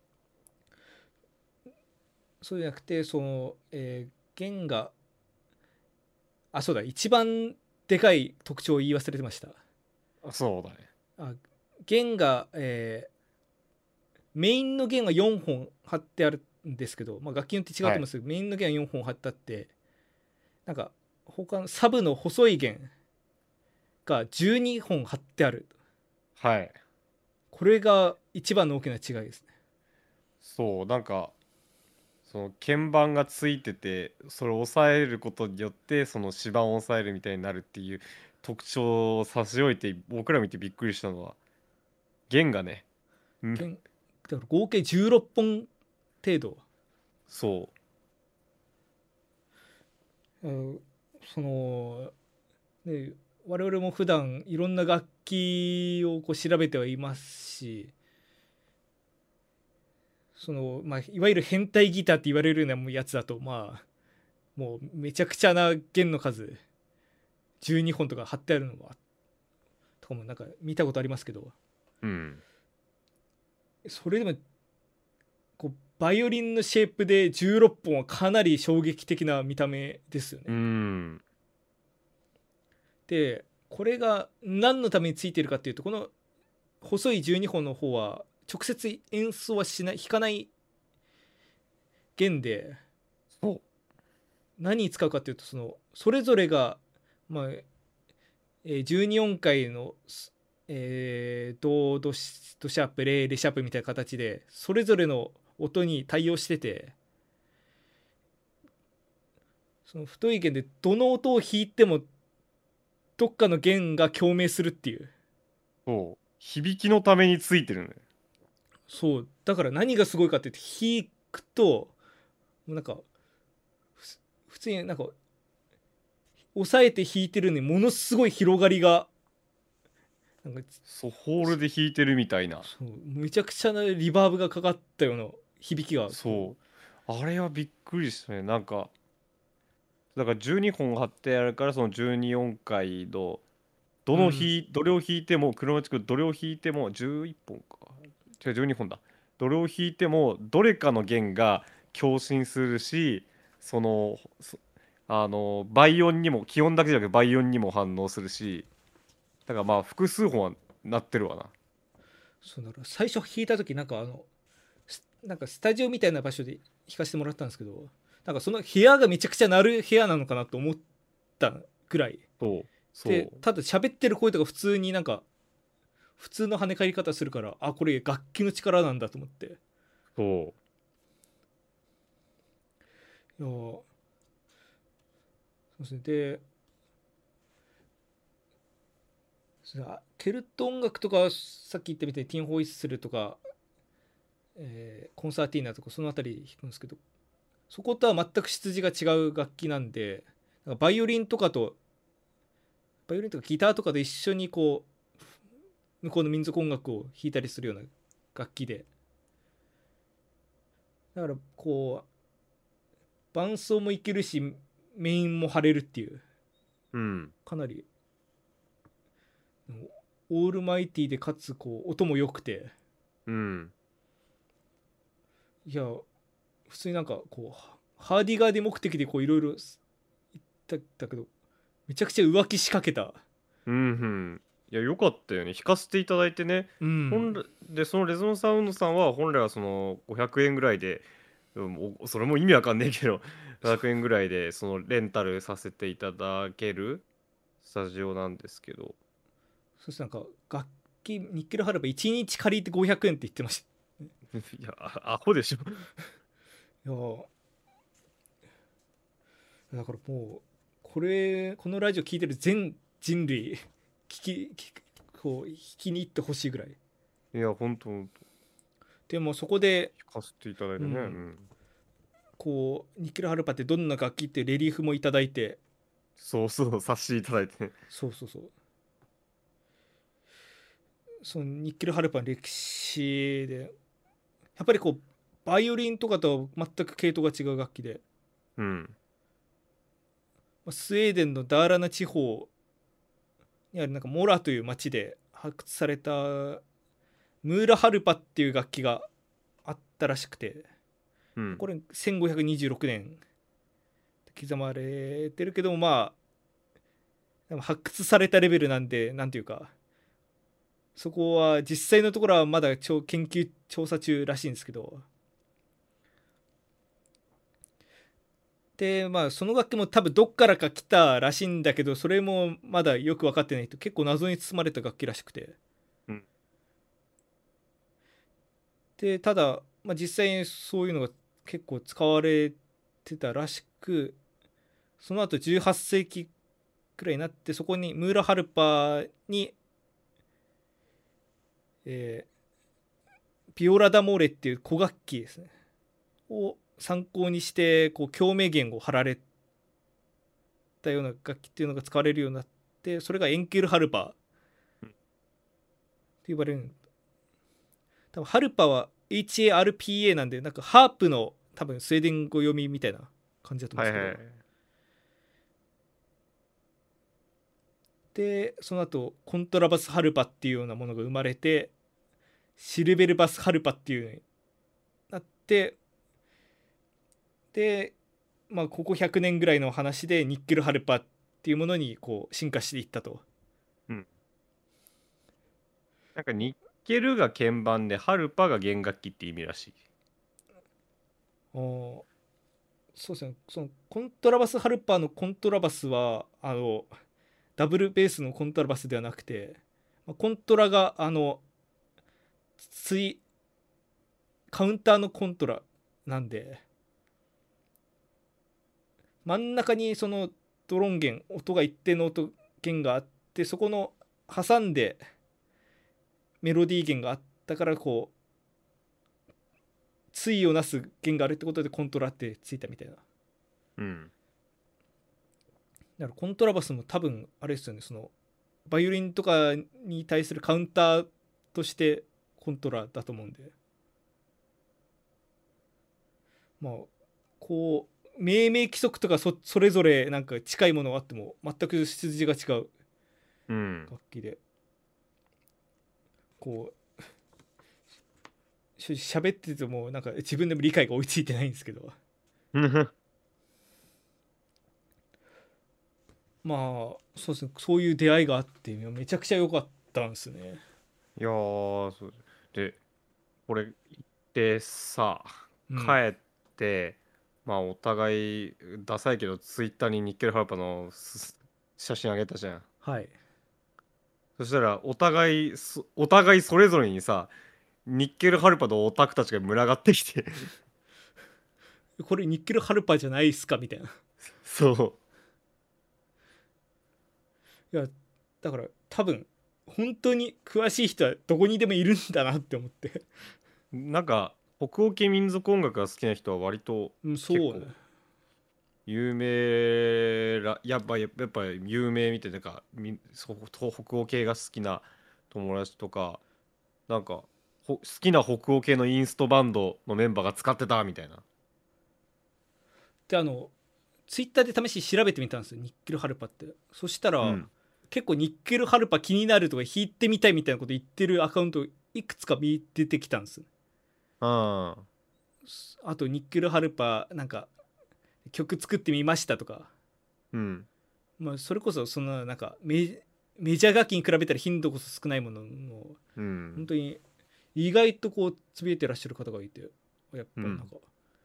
Speaker 1: そうじゃなくてその、えー弦があそうだ一番でかい特徴を言い忘れてました。
Speaker 2: そうだね。
Speaker 1: あ弦が、えーメインの弦はよんほん貼ってあるんですけど、まあ、楽器によって違うと思うん
Speaker 2: はい。
Speaker 1: ですけど、メインの弦はよんほん貼ってあって、なんか他のサブの細い弦がじゅうにほん貼ってある。
Speaker 2: はい。
Speaker 1: これが一番の大きな違いですね。
Speaker 2: そう、なんか、その鍵盤がついてて、それを押さえることによって、その指板を押さえるみたいになるっていう特徴を差し置いて、僕ら見てびっくりしたのは、弦がね、うん、
Speaker 1: 弦だから合計じゅうろっぽん程度。
Speaker 2: そ
Speaker 1: あのそのね、我々も普段いろんな楽器をこう調べてはいますし、その、まあ、いわゆる変態ギターって言われるようなやつだと、まあもうめちゃくちゃな弦の数じゅうにほんとか貼ってあるのはとかもなんか見たことありますけど、
Speaker 2: う。うん。
Speaker 1: それでもこうバイオリンのシェイプでじゅうろっぽんはかなり衝撃的な見た目ですよ
Speaker 2: う
Speaker 1: ね。
Speaker 2: ん。
Speaker 1: でこれが何のためについてるかっていうと、この細いじゅうにほんの方は直接演奏はしない弾かない弦で、
Speaker 2: そう。
Speaker 1: 何に使うかっていうと、そのそれぞれが、まあえーじゅうにおんかいの、えー、ドドシドシャープレレシャープみたいな形でそれぞれの音に対応してて、その太い弦でどの音を弾いてもどっかの弦が共鳴するっていう。
Speaker 2: そう。響きのためについてるのよ。
Speaker 1: そうだから何がすごいかって言って弾くともうなんか普通になんか抑えて弾いてるのにものすごい広がりがなんか
Speaker 2: そう、ホールで弾いてるみたいな。
Speaker 1: そうめちゃくちゃなリバーブがかかったような響きがこ
Speaker 2: そう。あれはびっくりしたね。なんか、だからじゅうにほん貼ってあるから、そのじゅうにおんかいの、ど
Speaker 1: う、うん、
Speaker 2: の弾い、どれを弾いても、クロマチックどれを弾いても、じゅういっぽんか。違う、じゅうにほんだ。どれを弾いても、どれかの弦が共振するし、その、そあの、倍音にも、気温だけじゃなくて倍音にも反応するし、だからまあ、複数本はなってるわな。
Speaker 1: そうだから最初弾いた時なんかあのなんかスタジオみたいな場所で弾かせてもらったんですけど、なんかその部屋がめちゃくちゃ鳴る部屋なのかなと思ったくらい
Speaker 2: そう、
Speaker 1: で、
Speaker 2: そう、
Speaker 1: ただ喋ってる声とか普通になんか普通の跳ね返り方するから、あこれ楽器の力なんだと思って、いや
Speaker 2: そ
Speaker 1: そうですね。でそれケルト音楽とかさっき言ったみたいにティン・ホイッスルとか、えーコンサーティーナとかそのあたり弾くんですけど、そことは全く質地が違う楽器なんで、なんかバイオリンとかとバイオリンとかギターとかで一緒にこう向こうの民族音楽を弾いたりするような楽器で、 だからこう伴奏もいけるしメインも張れるっていう、
Speaker 2: うん
Speaker 1: かなりオールマイティでかつこう音も良くて、
Speaker 2: うん
Speaker 1: いや普通になんかこうハーディガーディ目的でこういろいろ言ったんだけど、めちゃくちゃ浮気しかけた。
Speaker 2: うんうんいや、よかったよね。弾かせていただいてね。
Speaker 1: うん
Speaker 2: 本来で、そのレゾノサウンドさんは本来はそのごひゃくえんぐらいで、うんおそれも意味わかんねえけど、ごひゃくえんぐらいでそのレンタルさせていただけるスタジオなんですけど、
Speaker 1: そしてなんか楽器ニッケルハルバいちにち借りてごひゃくえんって言ってまし
Speaker 2: いや、あアホでしょ。
Speaker 1: た。いやだからもうこれこのラジオ聞いてる全人類聞き聞きこう弾きに行ってほしいぐらい。
Speaker 2: いや、ほんとほんと、
Speaker 1: でもそこで
Speaker 2: 弾かせていただいてね。
Speaker 1: う
Speaker 2: うんん。
Speaker 1: こうニッケルハルパってどんな楽器ってレリーフもいただいて、
Speaker 2: そうそう、させていただいてね。
Speaker 1: そうそうそう、そのニッケルハルパの歴史でやっぱりこうバイオリンとかと全く系統が違う楽器で、
Speaker 2: うん。
Speaker 1: まあスウェーデンのダーラナ地方にあるなんかモラという町で発掘されたムーラハルパっていう楽器があったらしくて、
Speaker 2: うん。
Speaker 1: これせんごひゃくにじゅうろくねん刻まれてるけども、まあでも発掘されたレベルなんで、なんていうかそこは実際のところはまだ研究調査中らしいんですけど、でまあその楽器も多分どっからか来たらしいんだけど、それもまだよく分かってないと、結構謎に包まれた楽器らしくて、
Speaker 2: うん
Speaker 1: でただ、まあ、実際にそういうのが結構使われてたらしく、その後じゅうはっせいきくらいになって、そこにムーラハルパに、えーピオラダモーレっていう古楽器ですねを参考にしてこう共鳴弦を張られたような楽器っていうのが使われるようになって、それがエンケルハルパーって呼ばれる。多分ハルパは エイチエーアールピーエー なんで、なんかハープの多分スウェーデン語読みみたいな感じだと思うんですけど、
Speaker 2: はいはい。
Speaker 1: でその後コントラバスハルパっていうようなものが生まれて、シルベルバスハルパっていうようになって、でまあここひゃくねんぐらいの話でニッケルハルパっていうものにこう進化していったと。
Speaker 2: うん。なんかニッケルが鍵盤で、ハルパが弦楽器って意味らしい。
Speaker 1: おそうですね、そのコントラバスハルパのコントラバスはあのダブルベースのコントラバスではなくて、コントラがあのついカウンターのコントラなんで、真ん中にそのドロン弦、音が一定の音弦があって、そこの挟んでメロディー弦があったから、こう対をなす弦があるってことでコントラってついたみたいな。
Speaker 2: うん。
Speaker 1: だからコントラバスも多分あれですよね、そのバイオリンとかに対するカウンターとしてコントラだと思うんで、まあこう命名規則とか そ, それぞれなんか近いものがあっても全く出自が違う
Speaker 2: うん。
Speaker 1: 楽器で、こうし喋っててもなんか自分でも理解が追いついてないんですけど、まあそうですね、そういう出会いがあってめちゃくちゃ良かったんですね。
Speaker 2: いやー、そうで、これ行ってさ、帰
Speaker 1: うん、
Speaker 2: って、まあお互いダサいけど、ツイッターにニッケルハルパのす写真あげたじゃん。
Speaker 1: はい。
Speaker 2: そしたら、お互いそ、お互いそれぞれにさ、ニッケルハルパのオタクたちが群がってきて
Speaker 1: これニッケルハルパじゃないっすかみたいな。い
Speaker 2: そ
Speaker 1: やだから多分本当に詳しい人はどこにでもいるんだなって思って。
Speaker 2: う。なんか、北欧系民族音楽が好きな人は割と
Speaker 1: うん、そうね。
Speaker 2: 結構有名ら、やっぱ、やっぱ有名みたいな、なんか、みそう東北欧系が好きな友達とか、なんか、 ほ好きな北欧系のインストバンドのメンバーが使ってたみたいな。
Speaker 1: であのツイッターで試しに調べてみたんですよ、ニッケルハルパって。そしたら、
Speaker 2: うん
Speaker 1: 結構ニッケルハルパ気になるとか弾いてみたいみたいなこと言ってるアカウントいくつか見出てきたんです。
Speaker 2: あ
Speaker 1: あとニッケルハルパなんか曲作ってみましたとか、
Speaker 2: うん
Speaker 1: まあ、それこそそのなんかメメジャー楽器に比べたら頻度こそ少ないものの
Speaker 2: うん
Speaker 1: 本当に意外とこうつぶやいてらっしゃる方がいて、やっぱなんか、
Speaker 2: うん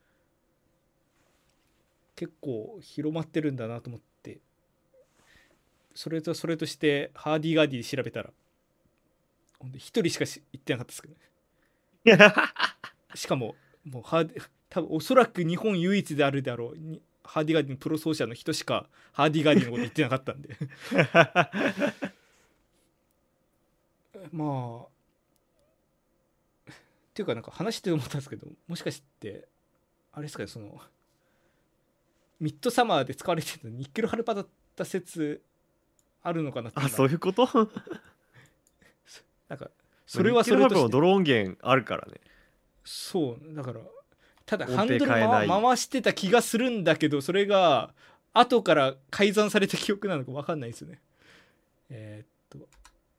Speaker 1: 結構広まってるんだなと思って、それとそれとしてハーディーガーディで調べたらほんと一人しかし言ってなかったですけどね。しかももうハーディ多分おそらく日本唯一であるであろうにハーディーガーディのプロ奏者の人しかハーディーガーディのこと言ってなかったんでまあっていうかなんか話して思ったんですけど、もしかしてあれですかね、そのミッドサマーで使われてるのニッケルハルパだった説あるのかなって
Speaker 2: あ、
Speaker 1: 今
Speaker 2: そういうこと。
Speaker 1: なんかそれはそれと
Speaker 2: ニッケルハルパ
Speaker 1: して
Speaker 2: もドローン源あるからね。
Speaker 1: そうだからただ
Speaker 2: 音程
Speaker 1: ハンドル
Speaker 2: 変えない
Speaker 1: 回回してた気がするんだけど、それが後から改ざんされた記憶なのか分かんないですよね。えーっと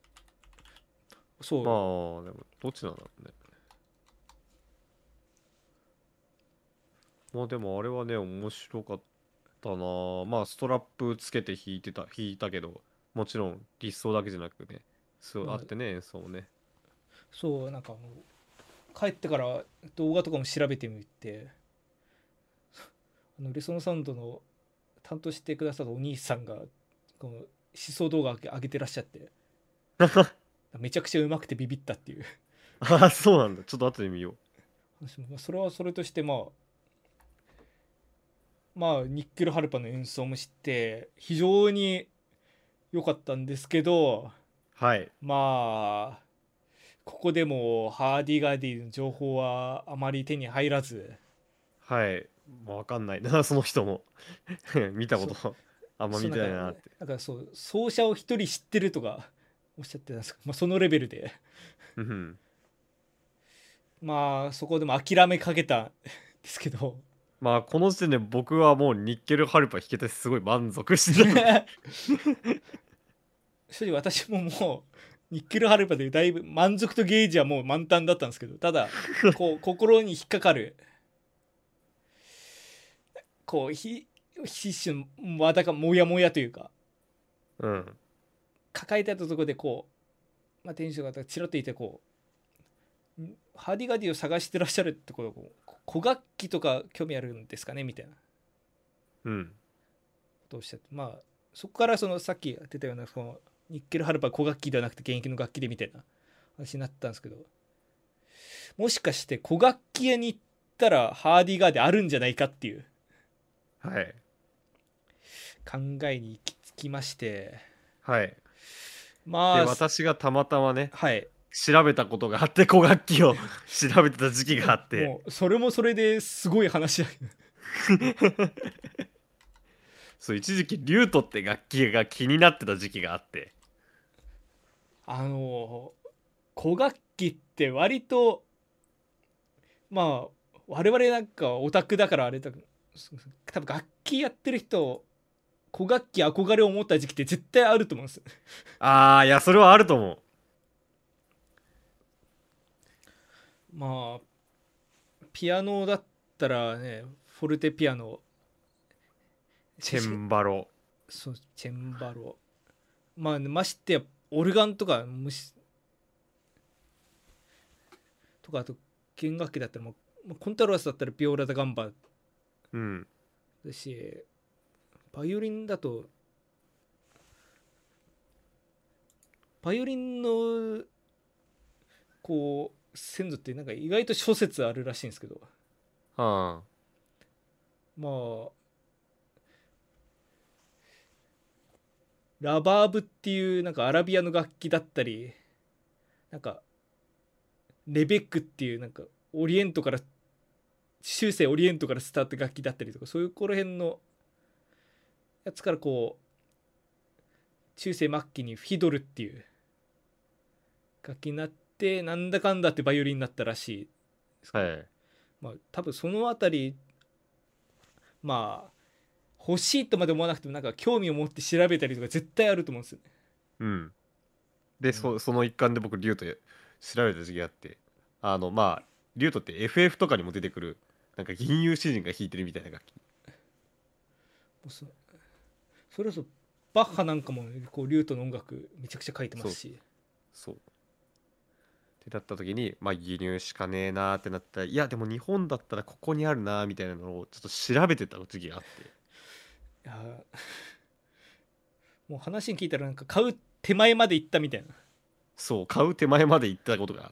Speaker 1: そう、
Speaker 2: まあでもどっちなんだろうね。まあでもあれはね面白かったな。まあストラップつけて弾いてた弾いたけど、もちろん立奏だけじゃなくね、そう
Speaker 1: まあ
Speaker 2: あってね演奏もね。
Speaker 1: そうなんかもう帰ってから動画とかも調べてみて、あのレソノサウンドの担当してくださったお兄さんがこの思想動画上げてらっしゃって、めちゃくちゃうまくてビビったっていう
Speaker 2: ああそうなんだ。ちょっと後で見よ
Speaker 1: 話も、それはそれとしてまあまあニッケルハルパの演奏もして非常に良かったんですけど、
Speaker 2: う。はい。
Speaker 1: まあここでもハーディガーディの情報はあまり手に入らず、
Speaker 2: はい。もうわかんないなその人も見たこ
Speaker 1: そ
Speaker 2: とあんま見
Speaker 1: そうなんか
Speaker 2: てないなって。
Speaker 1: なんかそう奏者を一人知ってるとかおっしゃってたんですけど、まあ、そのレベルで
Speaker 2: うん
Speaker 1: まあそこでも諦めかけたんですけど
Speaker 2: まあこの時点で僕はもうニッケルハルパ弾けてすごい満足してたんで
Speaker 1: 正直私ももうニッケルハルパでだいぶ満足とゲージはもう満タンだったんですけど、ただこう心に引っかかるこうひ一瞬わだかモヤモヤというか
Speaker 2: うん
Speaker 1: 抱えてあったところでこう、まあ、店主の方がチロッといてこうハーディガーディを探してらっしゃるってことこう古楽器とか興味あるんですかねみたいなこ
Speaker 2: うん
Speaker 1: とをおっしゃって、まあそこからそのさっき言ってたようなそのニッケルハルパ古楽器ではなくて現役の楽器でみたいな話になったんですけど、もしかして古楽器屋に行ったらハーディガーディあるんじゃないかっていう
Speaker 2: はい
Speaker 1: 考えに行き着きまして、
Speaker 2: はい
Speaker 1: まあ
Speaker 2: で私がたまたまね
Speaker 1: はい
Speaker 2: 調べたことがあって古楽器を調べてた時期があって
Speaker 1: もうそれもそれですごい話だけど
Speaker 2: そう一時期リュートって楽器が気になってた時期があって。
Speaker 1: あの古楽器って割とまあ我々なんかオタクだからあれだ多分楽器やってる人古楽器憧れを持った時期って絶対あると思うんです。
Speaker 2: ああいやそれはあると思う。
Speaker 1: まあピアノだったらねフォルテピアノ
Speaker 2: チェンバロ。
Speaker 1: そうチェンバロまあましてやオルガンとかむしとかあと弦楽器だったらもうコントラバスだったらビオラ・ダ・ガンバ
Speaker 2: うん
Speaker 1: だし、バイオリンだとバイオリンのこう先祖ってなんか意外と諸説あるらしいんですけど、
Speaker 2: あ
Speaker 1: まあラバーブっていうなんかアラビアの楽器だったり、なんかレベックっていうなんかオリエントから中世オリエントから伝わった楽器だったりとか、そういうこの辺のやつからこう中世末期にフィドルっていう楽器になってなんだかんだってバイオリンになったらしい。
Speaker 2: はい
Speaker 1: まあ多分そのあたりまあ欲しいとまで思わなくてもなんか興味を持って調べたりとか絶対あると思うんですよね。
Speaker 2: うんで、
Speaker 1: うん
Speaker 2: そその一環で僕リュート調べた時期があって、あのまあリュートって エフエフ とかにも出てくるなんか銀融詩人が弾いてるみたいな楽器。
Speaker 1: もうそそれこそバッハなんかもこうリュートの音楽めちゃくちゃ書いてますし。
Speaker 2: そうってなった時にまあ輸入しかねえなーってなったら、いやでも日本だったらここにあるなーみたいなのをちょっと調べてた時期があって、
Speaker 1: いやもう話に聞いたらなんか買う手前まで行ったみたいな。
Speaker 2: そう買う手前まで行ったことがあった。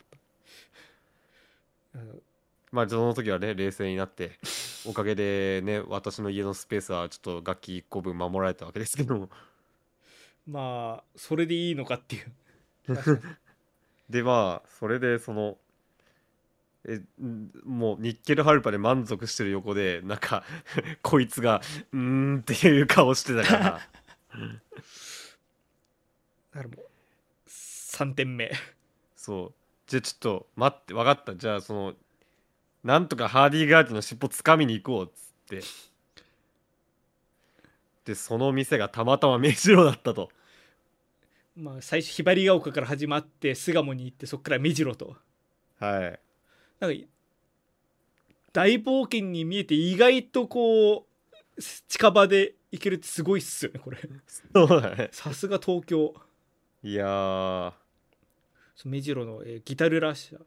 Speaker 1: あの
Speaker 2: まあその時はね冷静になっておかげでね私の家のスペースはちょっと楽器いっこぶん守られたわけですけども
Speaker 1: まあそれでいいのかっていう確かに
Speaker 2: でまあそれでそのえんもうニッケルハルパで満足してる横でなんかこいつがうーんっていう顔してたから
Speaker 1: だからもうさんてんめ。
Speaker 2: そうじゃあちょっと待って分かった、じゃあそのなんとかハーディーガーディの尻尾つかみに行こうっつって、でその店がたまたま目白だったと。
Speaker 1: まあ最初ひばりが丘から始まって巣鴨に行ってそっから目白と
Speaker 2: はい
Speaker 1: なんか大冒険に見えて意外とこう近場で行けるってすごいっすよねこれ。
Speaker 2: そうだね。
Speaker 1: さすが東京。
Speaker 2: いやー
Speaker 1: そう目白の、えーギタルラッシャー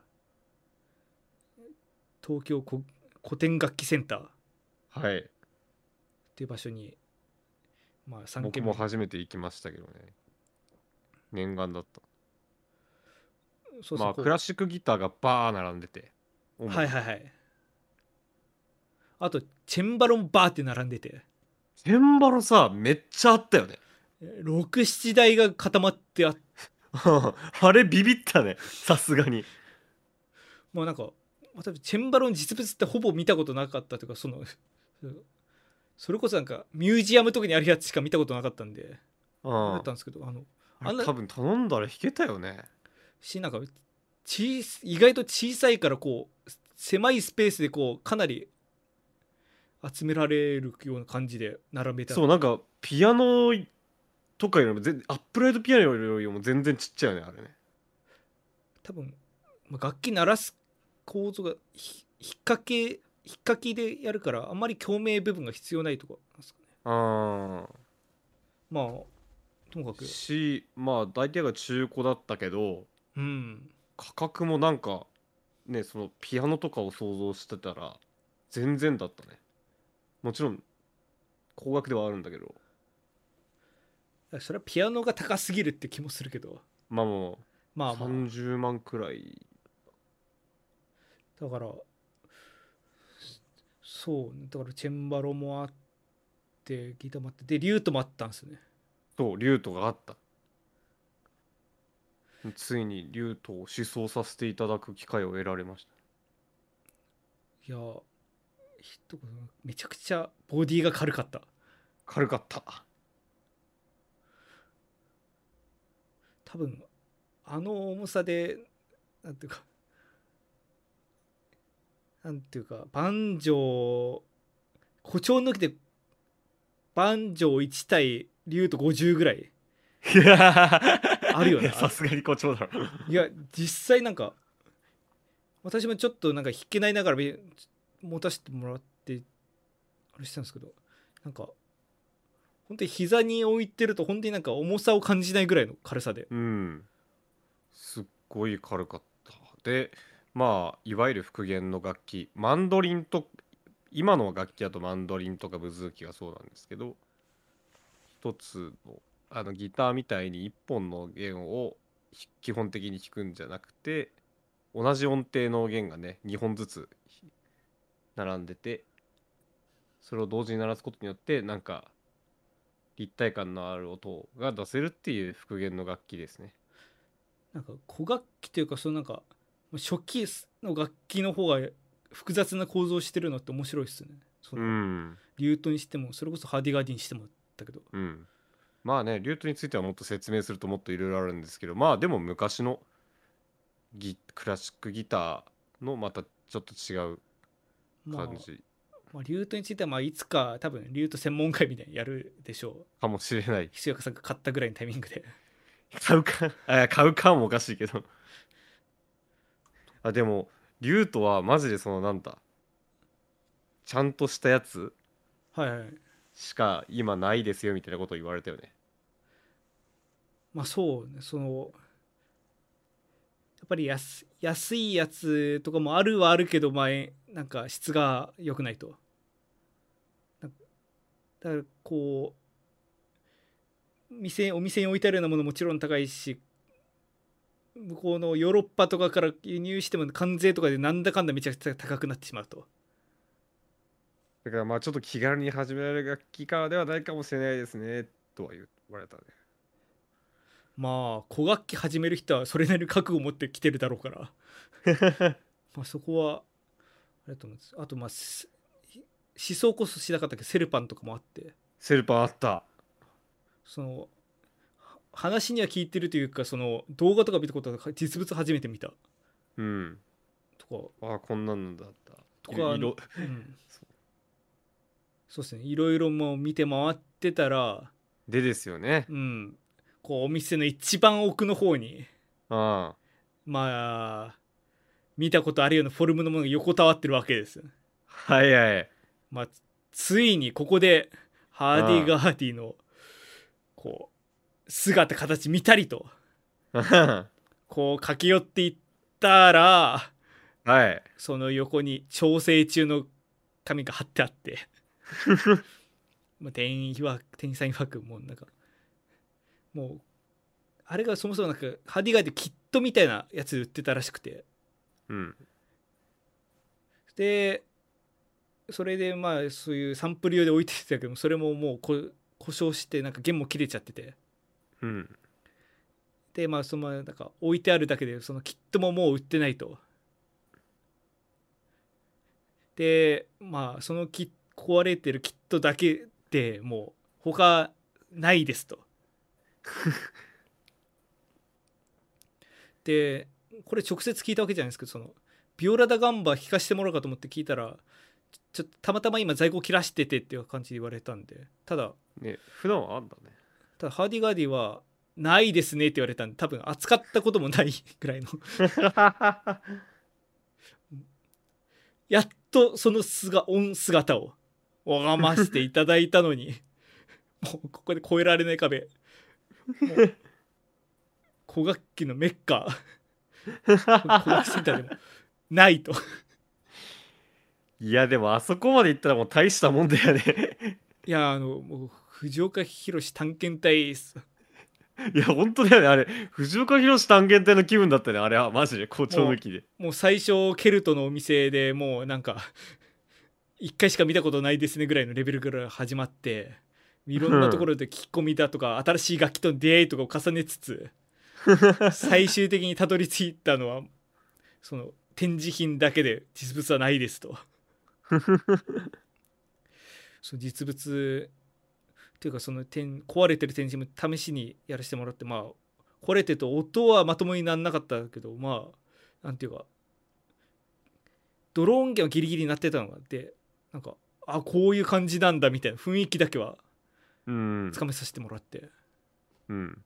Speaker 1: 東京こ古典楽器センターっ
Speaker 2: はい
Speaker 1: ていう場所にまあさん
Speaker 2: 僕
Speaker 1: 軒目。
Speaker 2: も初めて行きましたけどね、念願だった。
Speaker 1: そうそうこう
Speaker 2: まあクラシックギターがバー並んでて、主に
Speaker 1: はいはいはい。あとチェンバロもバーって並んでて
Speaker 2: チェンバロさめっちゃあったよね。
Speaker 1: ろくなな台が固まってあって
Speaker 2: あれビビったねさすがに。
Speaker 1: まあなんか私チェンバロの実物ってほぼ見たことなかったというかそのそれこそなんかミュージアムとかにあるやつしか見たことなかったんで
Speaker 2: うん
Speaker 1: あれだったんですけどあの
Speaker 2: あ
Speaker 1: あんな
Speaker 2: れ多分頼んだら弾けたよね。
Speaker 1: しなんか小意外と小さいからこう狭いスペースでこうかなり集められるような感じで並べてあって
Speaker 2: そうなんかピアノとかよりも全アップライトピアノよりも全然ちっちゃいよねあれね。
Speaker 1: 多分、まあ楽器鳴らす構造がひ引っ掛け引っ掛けでやるからあんまり共鳴部分が必要ないとかなんですかね。
Speaker 2: あ
Speaker 1: まあともかく
Speaker 2: ーしまあ大体が中古だったけど
Speaker 1: うん
Speaker 2: 価格もなんかねそのピアノとかを想像してたら全然だったね。もちろん高額ではあるんだけど、
Speaker 1: それはピアノが高すぎるって気もするけど
Speaker 2: まあもう
Speaker 1: まあまあ
Speaker 2: さんじゅうまんくらい。
Speaker 1: だからそうねだからチェンバロもあってギターもあってでリュートもあったんですね。
Speaker 2: そうリュートがあった。ついにリュートを試奏させていただく機会を得られました。
Speaker 1: いやひと言めちゃくちゃボディが軽かった。
Speaker 2: 軽かった。
Speaker 1: 多分あの重さでなんていうかなんていうかバンジョー誇張抜きでバンジョーいち対リュートごじゅうぐらい
Speaker 2: いや
Speaker 1: あるよな。
Speaker 2: いやさすがに誇張だろ。
Speaker 1: いや実際なんか私もちょっとなんか弾けないながらべ持たせてもらってあれしてたんですけどなんか本当に膝に置いてると本当になんか重さを感じないぐらいの軽さで
Speaker 2: うんすっごい軽かった。でまあいわゆる復元の楽器マンドリンと今の楽器だとマンドリンとかブズーキがそうなんですけど、一つのあのギターみたいに一本の弦をひ基本的に弾くんじゃなくて同じ音程の弦がねにほんずつ並んでてそれを同時に鳴らすことによってなんか立体感のある音が出せるっていう復元の楽器ですね。
Speaker 1: なんか古楽器というかそのなんか初期の楽器の方が複雑な構造をしてるのって面白いっすね。そうの
Speaker 2: ん
Speaker 1: リュートにしてもそれこそハーディガーディにしてもだけど
Speaker 2: うんまあねリュートについてはもっと説明するともっといろいろあるんですけど、まあでも昔のギクラシックギターのまたちょっと違う
Speaker 1: まあ、
Speaker 2: 感じ
Speaker 1: まあ、リュートについてはまあいつか多分リュート専門会みたいにやるでしょう。
Speaker 2: かもしれない。
Speaker 1: ひそやかさんが買ったぐらいのタイミングで。
Speaker 2: 買うかあ買うかもおかしいけどあでもリュートはマジでそのなんだちゃんとしたやつ
Speaker 1: はいはい。
Speaker 2: しか今ないですよみたいなことを言われたよね。
Speaker 1: まあそうね、そのやっぱり安安いやつとかもあるはあるけど、まあ、えなんか質が良くないと。だからこう店お店に置いてあるようなものもちろん高いし、向こうのヨーロッパとかから輸入しても関税とかでなんだかんだめちゃくちゃ高くなってしまうと。
Speaker 2: だからまあちょっと気軽に始められる楽器からではないかもしれないですねとは言われたね。
Speaker 1: まあ古楽器始める人はそれなりに覚悟を持ってきてるだろうから、まあそこはあれだと思うんです。あとまあす思想こそしなかったけどセルパンとかもあって、
Speaker 2: セルパンあった。
Speaker 1: その話には聞いてるというか、その動画とか見たことは実物初めて見た
Speaker 2: うん
Speaker 1: とか
Speaker 2: あこんなんだった
Speaker 1: とか、
Speaker 2: いろ
Speaker 1: うん、そうですね、いろいろもう見て回ってたら、
Speaker 2: でですよね。
Speaker 1: うん、こうお店の一番奥の方に、
Speaker 2: ああ
Speaker 1: まあ見たことあるようなフォルムのものが横たわってるわけです。
Speaker 2: はいはい。
Speaker 1: まあついにここでハーディー・
Speaker 2: あ
Speaker 1: ガーディのこう姿形見たりと、
Speaker 2: あ
Speaker 1: こう駆け寄っていったら、
Speaker 2: はい。
Speaker 1: その横に調整中の紙が貼ってあって、まあ、店員曰く店員さん曰くもうなんかもうあれがそもそもなんかハディガーでキットみたいなやつ売ってたらしくて、
Speaker 2: うん
Speaker 1: でそれでまあそういうサンプル用で置いてたけど、それももうこ故障してなんか弦も切れちゃってて、
Speaker 2: うん
Speaker 1: でまあそのなんか置いてあるだけでそのキットももう売ってないと。でまあそのキ壊れてるキットだけでもう他ないですと。でこれ直接聞いたわけじゃないですけど、そのビオラダガンバ弾かしてもらおうかと思って聞いたら、ちょっとたまたま今在庫切らしててっていう感じで言われたんで、ただ
Speaker 2: ね普段はあんだね。
Speaker 1: ただハーディガーディはないですねって言われたんで、多分扱ったこともないぐらいのやっとその姿音姿を拝ませていただいたのに、もうここで越えられない壁、もう古楽器のメッカ古楽器センターでもないと。
Speaker 2: いやでもあそこまで行ったらもう大したもんだよね。
Speaker 1: いやあのもう藤岡弘探検隊っす。
Speaker 2: いや本当だよねあれ藤岡弘探検隊の気分だったねあれはマジで校長
Speaker 1: も
Speaker 2: 抜きで。
Speaker 1: うもう最初ケルトのお店でもうなんか一回しか見たことないですねぐらいのレベルから始まって、いろんなところで聞き込みだとか新しい楽器との出会いとかを重ねつつ、最終的にたどり着いたのはその展示品だけで実物はないですと。その実物っていうかその点壊れてる展示も試しにやらせてもらって、まあ壊れてると音はまともになんなかったけど、まあなんていうかドローン音源はギリギリになってたのがあって、なんかあこういう感じなんだみたいな雰囲気だけは
Speaker 2: うん
Speaker 1: つかめさせてもらって、
Speaker 2: うん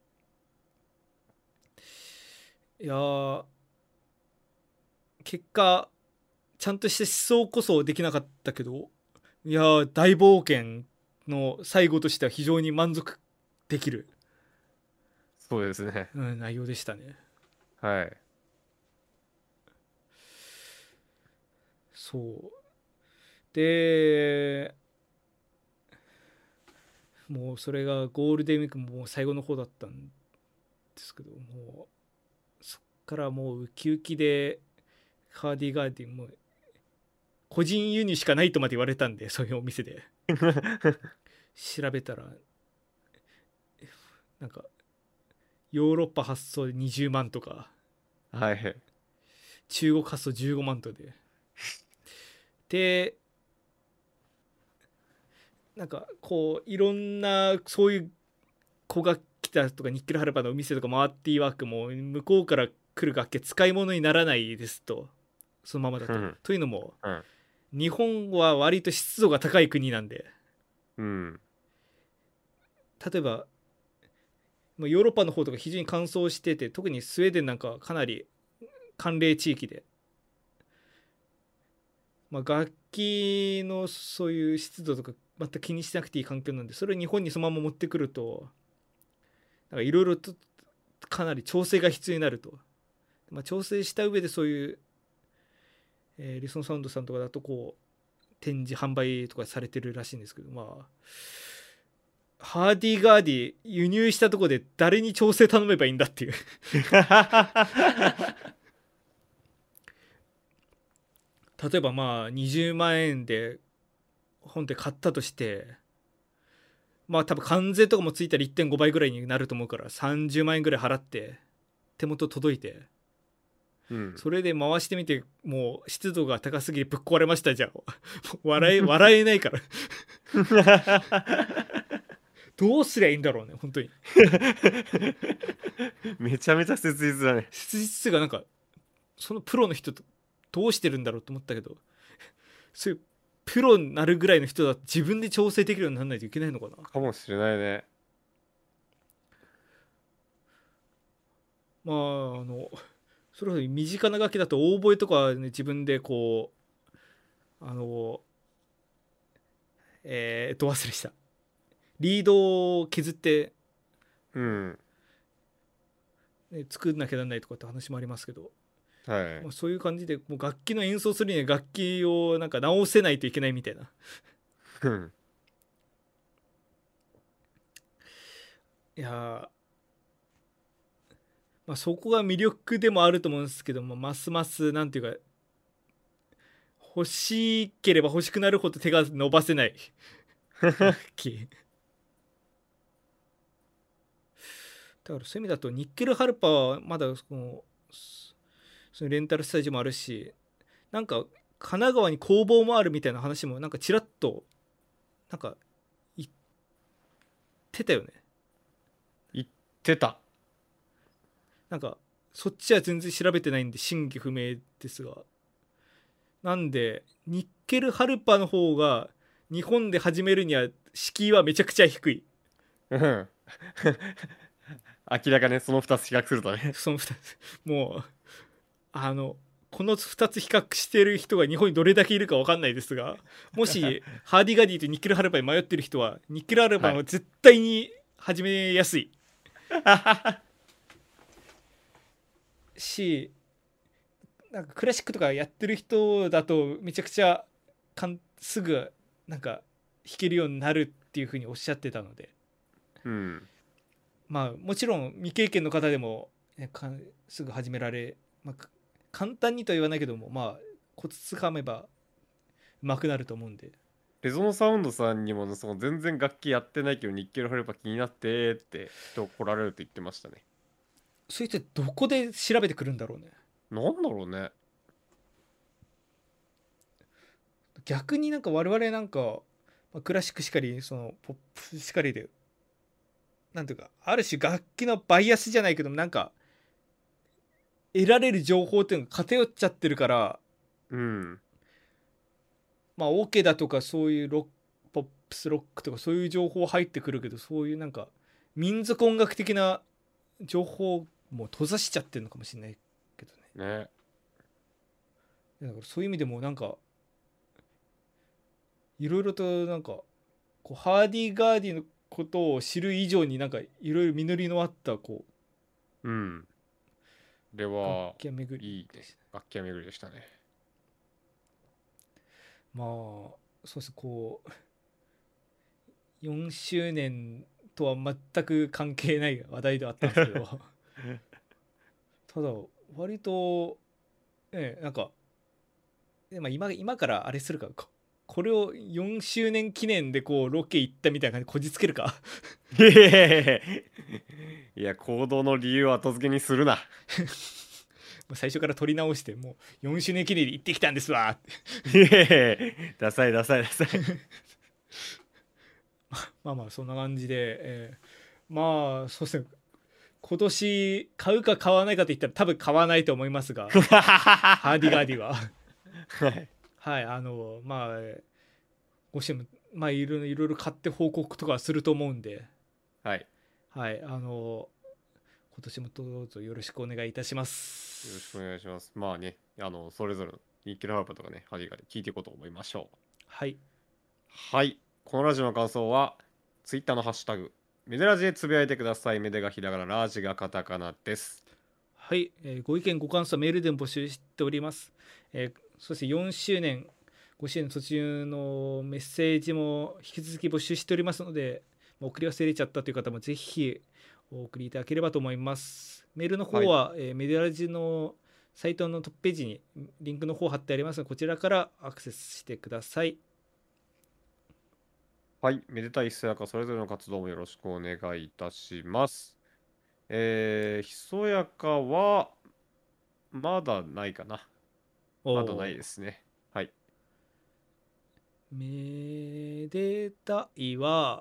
Speaker 1: いやー結果ちゃんとした思想こそできなかったけど、いやー大冒険の最後としては非常に満足できる、
Speaker 2: そうですね。
Speaker 1: うん、内容でしたね。
Speaker 2: はい
Speaker 1: そうでもうそれがゴールデンウィークももう最後の方だったんですけど、もうそっからもうウキウキでハーディーガーディンも個人輸入しかないとまで言われたんで、そういうお店で調べたらなんかヨーロッパ発送でにじゅうまんとか
Speaker 2: はい
Speaker 1: 中国発送じゅうごまんとかで、でなんかこういろんなそういう子が来たとかニッケルハルパのお店とか回っていわくも向こうからくる楽器は使い物にならないですと、そのままだと。
Speaker 2: うん、
Speaker 1: というのも
Speaker 2: うん、
Speaker 1: 日本は割と湿度が高い国なんで、
Speaker 2: うん、
Speaker 1: 例えばまあヨーロッパの方とか非常に乾燥してて、特にスウェーデンなんかはかなり寒冷地域で、まあ、楽器のそういう湿度とか全く気にしなくていい環境なんで、それを日本にそのまま持ってくるといろいろとかなり調整が必要になると、まあ、調整した上でそういう、えーリソンサウンドさんとかだとこう展示販売とかされてるらしいんですけど、まあハーディーガーディ輸入したとこで誰に調整頼めばいいんだっていう例えばまあにじゅうまんえんで本で買ったとして、まあ多分関税とかもついたらいってんごばいぐらいになると思うからさんじゅうまんえんぐらい払って手元届いて、
Speaker 2: うん、
Speaker 1: それで回してみてもう湿度が高すぎてぶっ壊れましたじゃん笑え笑えないからどうすりゃいいんだろうね本当に。
Speaker 2: めちゃめちゃ切実だね。
Speaker 1: 切実がなんかそのプロの人とどうしてるんだろうと思ったけど、そういうプロになるぐらいの人だと自分で調整できるようにならないといけないのかな。
Speaker 2: かもしれないね。
Speaker 1: まああのそれほど身近な楽器だとオーボエとかは、ね、自分でこうあのえー、っと忘れしたリードを削って、
Speaker 2: うん、
Speaker 1: ね、作んなきゃならないとかって話もありますけど、
Speaker 2: はい。
Speaker 1: まあ、そういう感じでもう楽器の演奏するには楽器をなんか直せないといけないみたいな。
Speaker 2: うん、
Speaker 1: いやー、まあ、そこが魅力でもあると思うんですけども、ますますなんていうか欲しければ欲しくなるほど手が伸ばせない楽器だからそういう意味だとニッケルハルパはまだそのそのレンタルスタジオもあるし、なんか神奈川に工房もあるみたいな話もなんかちらっとなんか言ってたよね。
Speaker 2: 言ってた。
Speaker 1: なんかそっちは全然調べてないんで真偽不明ですが、なんでニッケルハルパの方が日本で始めるには敷居はめちゃくちゃ低い。
Speaker 2: うん。明らかね、そのふたつ比較するとね。
Speaker 1: そのふたつもうあのこのふたつ比較してる人が日本にどれだけいるか分かんないですが、もしハーディガディとニッケルハルパに迷ってる人はニッケルハルパ
Speaker 2: はい。
Speaker 1: は絶対に始めやすいし、なんかクラシックとかやってる人だとめちゃくちゃかんすぐなんか弾けるようになるっていう風におっしゃってたので、
Speaker 2: うん。
Speaker 1: まあもちろん未経験の方でも、ね、かすぐ始められ、まあ、簡単にとは言わないけども、まあコツつかめば上手くなると思うんで。
Speaker 2: レゾノサウンドさんにもその全然楽器やってないけどニッケルハルパ気になってって人来られると言ってましたね。
Speaker 1: それってどこで調べてくるんだろうね。
Speaker 2: なんだろうね。
Speaker 1: 逆になんか我々なんか、まあ、クラシックしかりそのポップしかりでなんていうかある種楽器のバイアスじゃないけどなんか得られる情報っていうのが偏っちゃってるから、
Speaker 2: うん。
Speaker 1: まあオケだとかそういうロックポップスロックとかそういう情報入ってくるけど、そういうなんか民族音楽的な情報も閉ざしちゃってるのかもしれないけどね。
Speaker 2: ね。
Speaker 1: だからそういう意味でもなんかいろいろとなんかこうハーディーガーディのことを知る以上になんかいろいろ実りのあったこ
Speaker 2: うん。で
Speaker 1: う
Speaker 2: は、
Speaker 1: 楽器巡
Speaker 2: いいね。
Speaker 1: りです。
Speaker 2: 楽器屋巡りでしたね。
Speaker 1: まあそうですこうよんしゅうねんとは全く関係ない話題ではあったんですけどただ割とねなんか、まあ、今今からあれするかここれをよんしゅうねん記念でこうロケ行ったみたいな感じでこじつけるか
Speaker 2: いや、行動の理由を後付けにするな。
Speaker 1: 最初から撮り直してもうよんしゅうねん記念で行ってきたんですわって
Speaker 2: ダサいダサいダサい。
Speaker 1: まあまあそんな感じで、えーまあそうですね今年買うか買わないかと言ったら多分買わないと思いますがハーディガーディは
Speaker 2: はい
Speaker 1: はい、あのまあご支援まあいろいろいろ買って報告とかすると思うんで、
Speaker 2: はい
Speaker 1: はい、あの今年もどうぞよろしくお願いいたしま
Speaker 2: よ
Speaker 1: す。
Speaker 2: ろしくお願いします。まあね、あのそれぞれのニッケルハープとかね、ハディガーで聞いていこうと思いましょう。
Speaker 1: はい、
Speaker 2: はい。このラジオの感想は、ツイッターのハッシュタグ、メデラジでつぶやいてください。メデがひらがな、ラージがカタカナです。
Speaker 1: はい、えーご意見ご感想メールでも募集しております。えーそしてよんしゅうねんご周年途中のメッセージも引き続き募集しておりますので、送り忘れちゃったという方もぜひお送りいただければと思います。メールの方は、はい、えーメデラジのサイトのトップページにリンクの方貼ってありますので、こちらからアクセスしてください。
Speaker 2: はい、めでたいひそやかそれぞれの活動もよろしくお願いいたします。えー、ひそやかはまだないかな。まだないですね。はい。
Speaker 1: めでたいは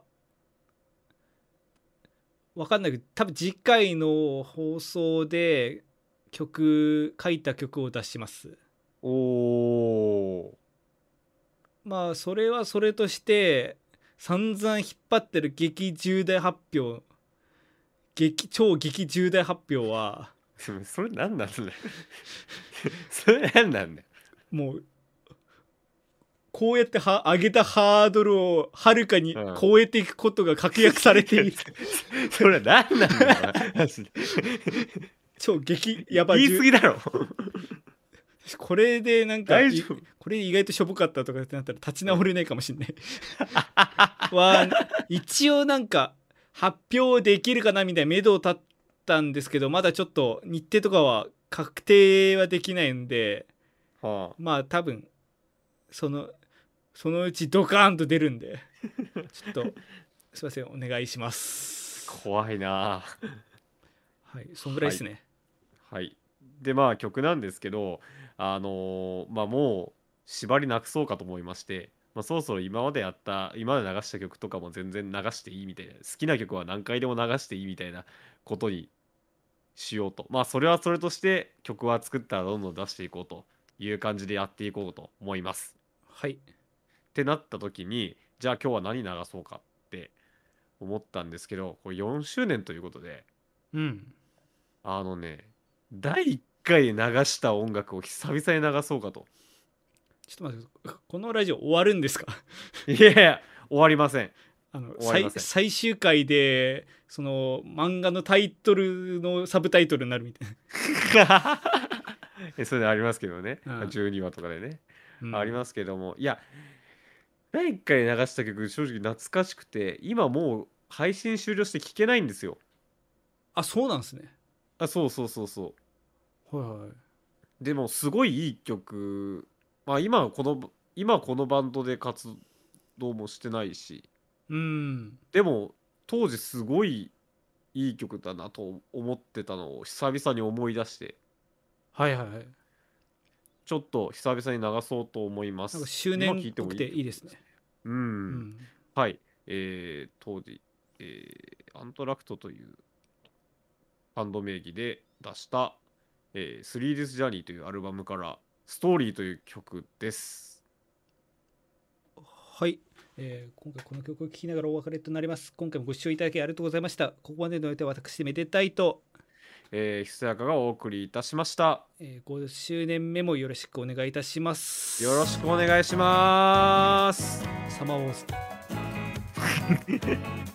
Speaker 1: 分かんないけど、多分次回の放送で曲書いた曲を出します。
Speaker 2: おお。
Speaker 1: まあそれはそれとして散々引っ張ってる激重大発表激超激重大発表は
Speaker 2: それ何なんだよそれ何なんだよ。
Speaker 1: もうこうやっては上げたハードルをはるかに超えていくことが確約されている、
Speaker 2: うん、それ何なんだよ
Speaker 1: 超激やばい
Speaker 2: 言い過ぎだろ
Speaker 1: これでなんか
Speaker 2: 大丈夫
Speaker 1: これ意外としょぼかったとかってなったら立ち直れないかもしんないは一応なんか発表できるかなみたいな目処を立ったんですけど、まだちょっと日程とかは確定はできないんで、はあ、まあ多分そのそのうちドカーンと出るんでちょっとすいませんお願いします。
Speaker 2: 怖いな。
Speaker 1: はいそんぐらいですね。
Speaker 2: はい、はい、でまあ曲なんですけど、あのー、まあもう縛りなくそうかと思いまして、まあ、そろそろ今までやった今まで流した曲とかも全然流していいみたいな、好きな曲は何回でも流していいみたいなことにしようと、まあそれはそれとして曲は作ったらどんどん出していこうという感じでやっていこうと思います。
Speaker 1: はい。
Speaker 2: ってなった時に、じゃあ今日は何流そうかって思ったんですけど、これよんしゅうねんということで、
Speaker 1: うん、
Speaker 2: あのねだいいっかい流した音楽を久々に流そうかと。
Speaker 1: ちょっと待って、このラジオ終わるんですか？
Speaker 2: いやいや終わりません。
Speaker 1: あの最最終回でその漫画のタイトルのサブタイトルになるみたいな
Speaker 2: それでありますけどね、
Speaker 1: うん、
Speaker 2: じゅうにわとかでね、うん、ありますけども、いやだいいっかい流した曲正直懐かしくて、今もう配信終了して聴けないんですよ。
Speaker 1: あ、そうなんですね。
Speaker 2: あ、そうそうそうそう。
Speaker 1: はいはい。
Speaker 2: でもすごいいい曲、まあ今この今このバンドで活動もしてないし、
Speaker 1: うん、
Speaker 2: でも当時すごいいい曲だなと思ってたのを久々に思い出して、
Speaker 1: はいはいはい。
Speaker 2: ちょっと久々に流そうと思います。
Speaker 1: なんか周年っぽくていいですね。
Speaker 2: うん、うん、はい、えー、当時、えー、アントラクトというバンド名義で出した、えー、スリーディスジャーニーというアルバムからストーリーという曲です。
Speaker 1: はい、えー、今回この曲を聴きながらお別れとなります。今回もご視聴いただきありがとうございました。ここまでのお相手は私めでたいと、
Speaker 2: えー、ひそやかがお送りいたしました。
Speaker 1: えー、ごしゅうねんめもよろしくお願いいたします。
Speaker 2: よろしくお願いします。
Speaker 1: サマーウォーズ